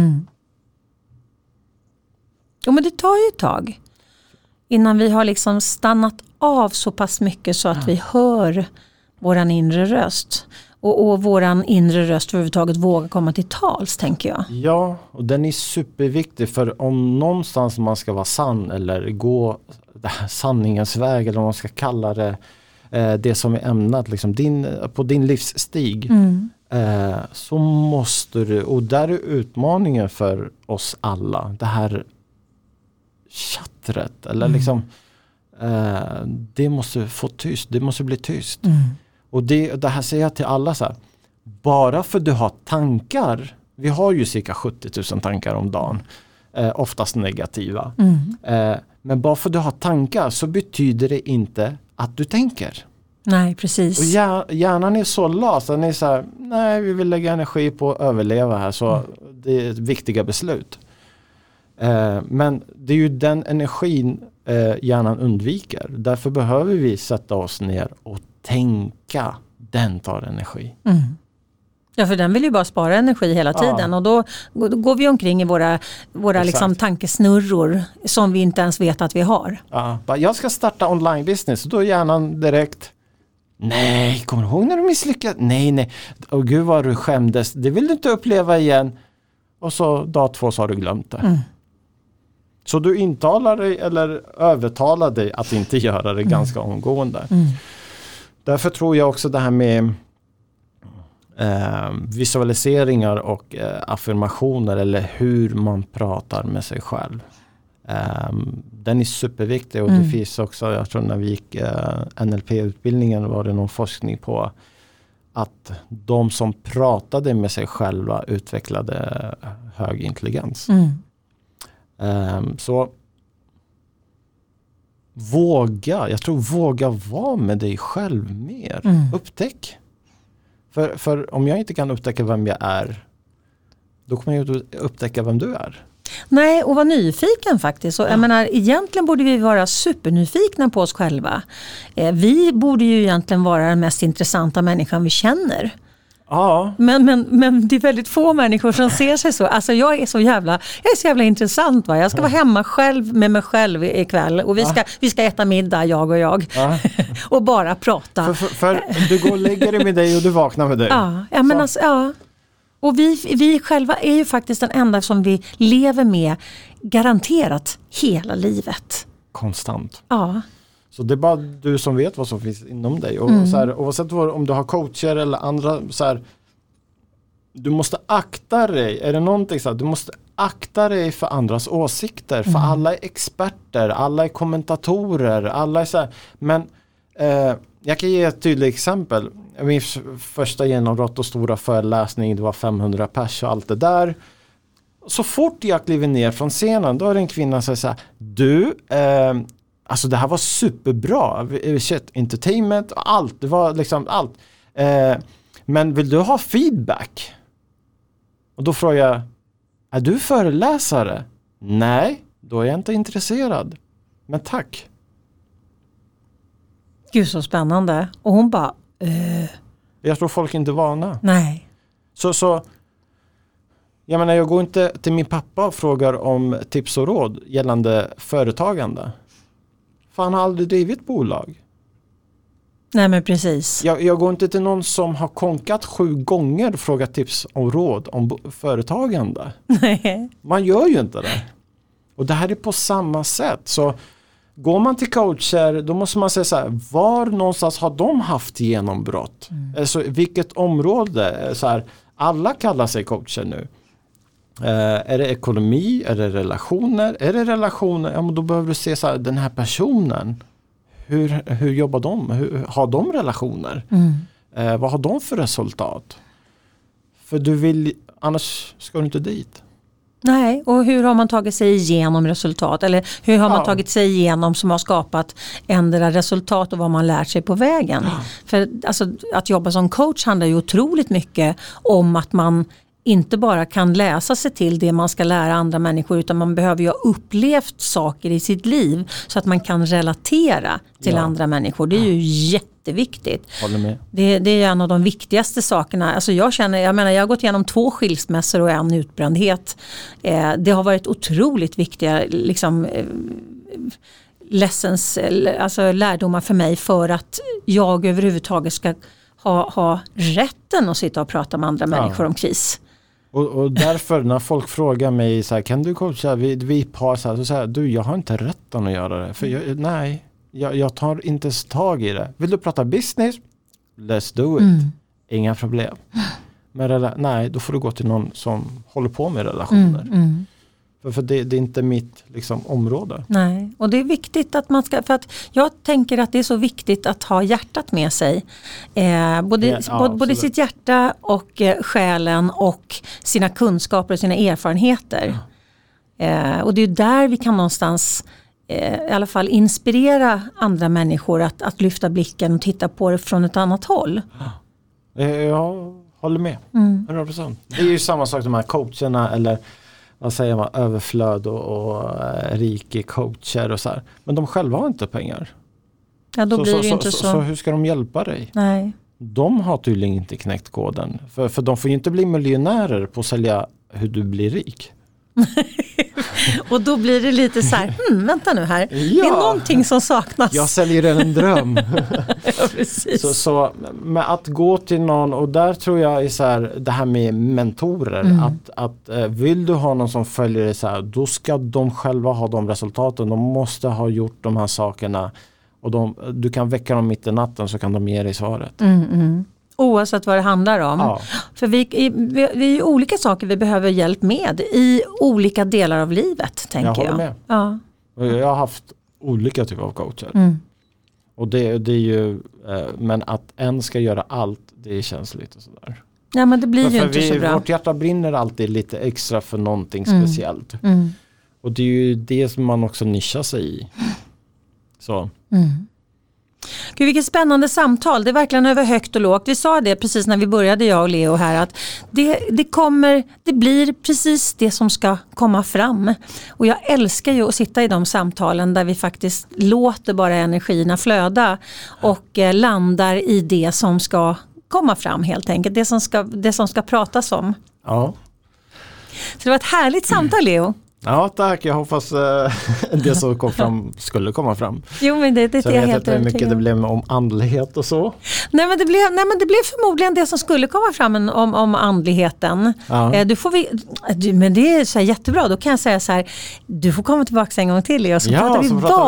Jo, men det tar ju ett tag innan vi har liksom stannat av så pass mycket så att vi hör våran inre röst. Och våran inre röst överhuvudtaget vågar komma till tals, tänker jag. Ja, och den är superviktig, för om någonstans man ska vara sann eller gå sanningens väg, eller vad man ska kalla det, det som är ämnat liksom, på din livsstig, så måste du, och där är utmaningen för oss alla, det här chattret, eller liksom det måste få tyst, det måste bli tyst. Och det här säger jag till alla så här, bara för du har tankar, vi har ju cirka 70 000 tankar om dagen, oftast negativa. Men bara för du har tankar så betyder det inte att du tänker. Nej, precis. Och hjärnan är så las, den är så här, nej, vi vill lägga energi på att överleva här, så det är ett viktiga beslut. Men det är ju den energin hjärnan undviker. Därför behöver vi sätta oss ner och tänka. Den tar energi. Ja, för den vill ju bara spara energi hela tiden. Och då går vi omkring i våra liksom tankesnurror som vi inte ens vet att vi har. Ja, jag ska starta online business. Då är hjärnan direkt, nej, kommer du ihåg när du misslyckades? Nej. Och gud vad du skämdes. Det vill du inte uppleva igen. Och så dag 2 så har du glömt det. Så du intalar dig eller övertalar dig att inte göra det ganska omgående. Därför tror jag också det här med visualiseringar och affirmationer, eller hur man pratar med sig själv. Den är superviktig, och det finns också, jag tror när vi gick NLP-utbildningen var det någon forskning på att de som pratade med sig själva utvecklade hög intelligens. Så våga vara med dig själv mer. Upptäck. För om jag inte kan upptäcka vem jag är, då kommer jag inte upptäcka vem du är. Nej, och vara nyfiken faktiskt. Och jag menar, egentligen borde vi vara supernyfikna på oss själva. Vi borde ju egentligen vara den mest intressanta människan vi känner. Ja. Men det är väldigt få människor som ser sig så. Alltså jag är så jävla intressant, va? Jag ska vara hemma själv med mig själv ikväll. Och vi ska äta middag, jag och jag. Och bara prata. För du går och lägger dig med dig och du vaknar med dig. Ja, men alltså, ja. Och vi själva är ju faktiskt den enda som vi lever med garanterat hela livet. Konstant. Ja. Så det är bara du som vet vad som finns inom dig. Och så här, oavsett om du har coacher eller andra, så här, du måste akta dig. Är det någonting så här, du måste akta dig för andras åsikter. För alla är experter, alla är kommentatorer, alla är så här. Men jag kan ge ett tydligt exempel. Min första genombrott och stora föreläsning, det var 500 pers och allt det där. Så fort jag kliver ner från scenen, då är det en kvinna som säger du, alltså det här var superbra. Shit, entertainment och allt. Det var liksom allt. Men vill du ha feedback? Och då frågar jag, är du föreläsare? Nej, då är jag inte intresserad. Men tack. Gud, så spännande. Och hon bara, Jag tror folk inte är vana. Nej. Så jag menar, jag går inte till min pappa och frågar om tips och råd gällande företagande. För han har aldrig drivit bolag. Nej, men precis. Jag går inte till någon som har konkat 7 gånger och frågat tips och råd om företagande. Nej. Man gör ju inte det. Och det här är på samma sätt. Så går man till coacher, då måste man säga så här, var någonstans har de haft genombrott? Alltså, vilket område? Så här, alla kallar sig coacher nu. Är det ekonomi? Är det relationer? Är det relationer? Ja, men då behöver du se så här, den här personen. Hur jobbar de? Hur har de relationer? Vad har de för resultat? För du vill, annars ska du inte dit. Nej, och hur har man tagit sig igenom resultat? Eller hur har man tagit sig igenom som har skapat ändra resultat och vad man lärt sig på vägen? För alltså, att jobba som coach handlar ju otroligt mycket om att man inte bara kan läsa sig till det man ska lära andra människor, utan man behöver ju ha upplevt saker i sitt liv så att man kan relatera till andra människor. Det är ju jätteviktigt. Håller med. Det är en av de viktigaste sakerna. Alltså jag har gått igenom 2 skilsmässor och en utbrändhet. Det har varit otroligt viktiga liksom, lessons, alltså lärdomar för mig för att jag överhuvudtaget ska ha rätten att sitta och prata med andra människor om kris. Och därför när folk frågar mig så här, kan du coacha vi par så säger du, jag har inte rätten att göra det. För jag tar inte tag i det. Vill du prata business? Let's do it. Inga problem. Men nej, då får du gå till någon som håller på med relationer. För det är inte mitt liksom, område. Nej, och det är viktigt att man ska, för att jag tänker att det är så viktigt att ha hjärtat med sig. Både sitt hjärta och själen och sina kunskaper och sina erfarenheter. Och det är där vi kan någonstans i alla fall inspirera andra människor att lyfta blicken och titta på det från ett annat håll. Jag håller med, 100%. Det är ju samma sak de här coacherna eller vad säger man, överflöd och rika coacher och så här. Men de själva har inte pengar. Ja, då blir det inte så. Så hur ska de hjälpa dig? Nej. De har tydligen inte knäckt koden. För de får ju inte bli miljonärer på att sälja hur du blir rik. Och då blir det lite så här, vänta nu här. Ja. Det är någonting som saknas. Jag säljer en dröm. Ja, precis. Så med att gå till någon, och där tror jag är så här, det här med mentorer, att vill du ha någon som följer dig så här, då ska de själva ha de resultaten. De måste ha gjort de här sakerna och du kan väcka dem mitt i natten så kan de ge dig svaret. Oavsett vad det handlar om. Ja. För vi är olika saker vi behöver hjälp med i olika delar av livet, tänker jag. Håller med. Ja. Jag har haft olika typer av coacher. Och det är ju, men att en ska göra allt, det känns lite sådär. Ja, men det blir ju inte så bra. Vårt hjärta brinner alltid lite extra för någonting speciellt. Och det är ju det som man också nischar sig i. Så. Gud, vilket spännande samtal. Det är verkligen över högt och lågt. Vi sa det precis när vi började, jag och Leo här, att det blir precis det som ska komma fram. Och jag älskar ju att sitta i de samtalen där vi faktiskt låter bara energierna flöda och landar i det som ska komma fram helt enkelt. Det som ska pratas om. Ja. Så det var ett härligt samtal, Leo. Ja, tack. Jag hoppas det som kom fram skulle komma fram. Jo, men det är jag helt övertygad. Mycket det blev om andlighet och så. Nej, men det blev förmodligen det som skulle komma fram om andligheten. Ja. Men det är så här jättebra. Då kan jag säga så här, du får komma tillbaka en gång till och så pratar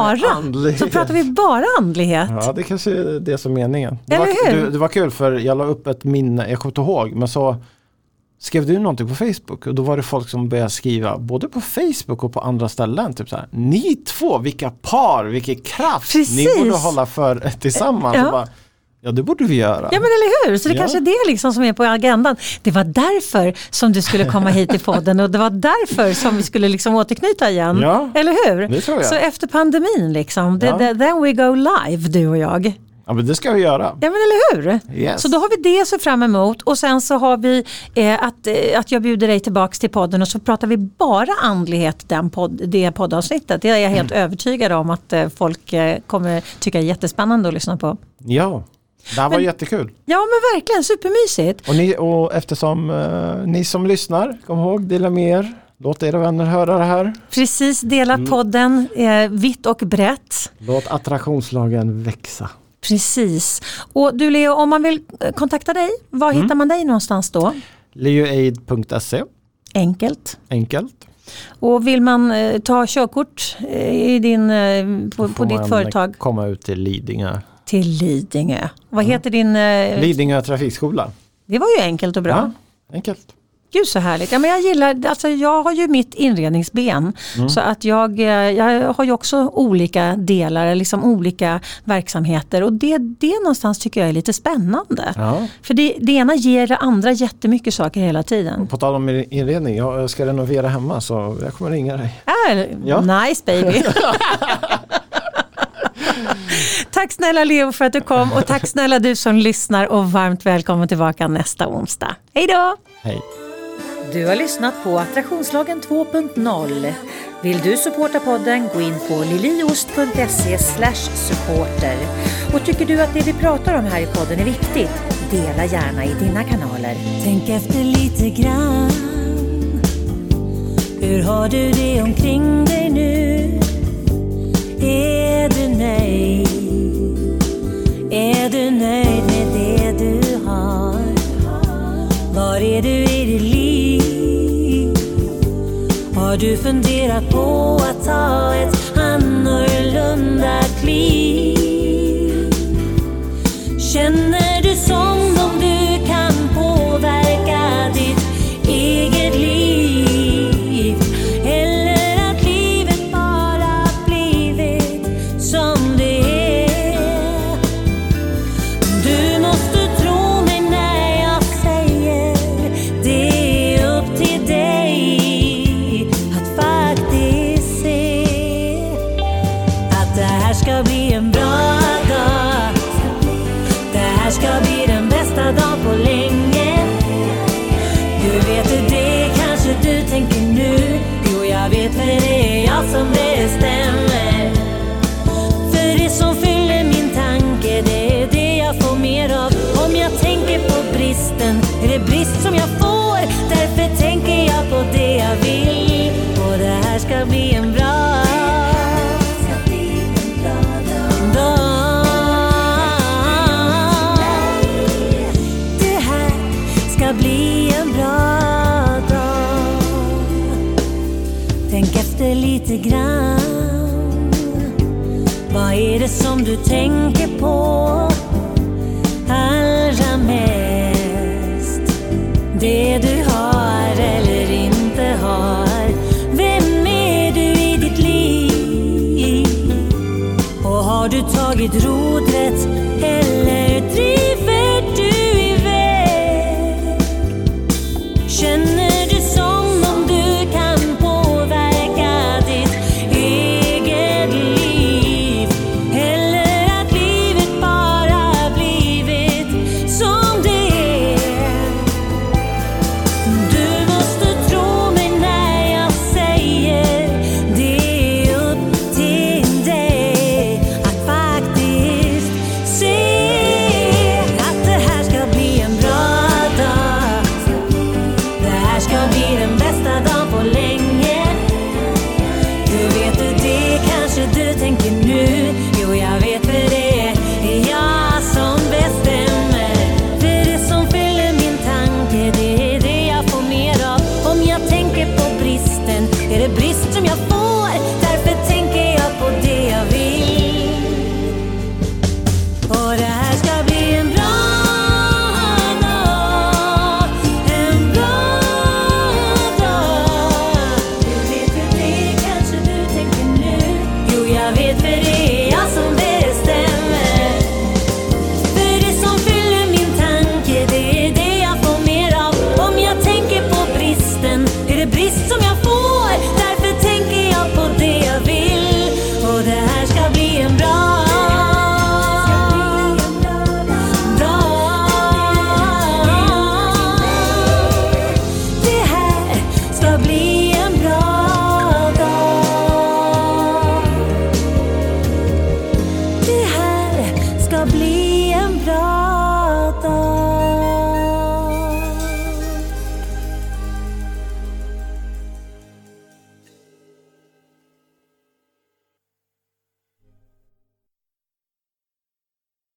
vi bara andlighet. Ja, det kanske är det som är meningen. Det var kul för jag la upp ett minne, jag kommer inte ihåg, men så skrev du någonting på Facebook och då var det folk som började skriva både på Facebook och på andra ställen typ så här, ni två, vilka par, vilken kraft. Precis. Ni borde hålla för tillsammans. Ja. Och bara, ja, det borde vi göra. Ja, men eller hur? Så det kanske är det liksom som är på agendan. Det var därför som du skulle komma hit till podden och det var därför som vi skulle liksom återknyta igen. Ja, eller hur? Det tror jag. Så efter pandemin liksom, then we go live, du och jag. Ja, men det ska vi göra. Ja, men eller hur? Yes. Så då har vi det så fram emot och sen så har vi att jag bjuder dig tillbaks till podden och så pratar vi bara andlighet det poddavsnittet. Det är jag helt övertygad om att folk kommer tycka är jättespännande att lyssna på. Ja, det här var jättekul. Ja, men verkligen supermysigt. Och eftersom ni som lyssnar, kom ihåg, dela med er. Låt era vänner höra det här. Precis, dela podden vitt och brett. Låt attraktionslagen växa. Precis. Och du Leo, om man vill kontakta dig, var hittar man dig någonstans då? leoaid.se. Enkelt. Och vill man ta körkort i på ditt företag? Komma ut till Lidingö. Vad heter din... Lidingö trafikskola. Det var ju enkelt och bra. Ja, enkelt. Gud så härligt. Ja, men jag gillar, alltså jag har ju mitt inredningsben så att jag har ju också olika delar, liksom olika verksamheter och det någonstans tycker jag är lite spännande. Ja. För det ena ger det andra jättemycket saker hela tiden. På tal om inredning, jag ska renovera hemma så jag kommer ringa dig. Nice baby. Tack snälla Leo för att du kom och tack snälla du som lyssnar och varmt välkommen tillbaka nästa onsdag. Hej då! Hej. Du har lyssnat på Attraktionslagen 2.0. Vill du supporta podden, gå in på liliost.se/supporter. Och tycker du att det vi pratar om här i podden är viktigt, dela gärna i dina kanaler. Tänk efter lite grann. Hur har du det omkring dig nu? Är du nöjd? Är du nöjd med det du har? Var är du i ditt liv? Har du funderat på att ta ett annorlunda kliv? Känner du som om du kan påverka ditt eget liv? Eller att livet bara blivit som det är? Du måste tro mig när jag säger det är upp till dig att faktiskt se att det här ska bli en bra dag. Det här ska bli den bästa dagen på länge. Hur vet du det? Kanske du tänker nu. Jo, jag vet, för det är jag som bestämmer. För det som fyller min tanke, det är det jag får mer av. Om jag tänker på bristen, är det brist som jag får. Därför tänker jag på det jag vill. Och det här ska bli en bra dag. Det här ska bli en bra dag. Tänk efter lite grann. Vad är det som du tänker på allra mest? Det du har eller inte har. Vem är du i ditt liv? Och har du tagit rodret eller driver du iväg? Känner du som om du kan påverka ditt eget liv? Eller att livet bara blivit som det är? Du måste tro mig när jag säger det är upp till dig att faktiskt se att det här ska bli en bra dag. Det här ska bli den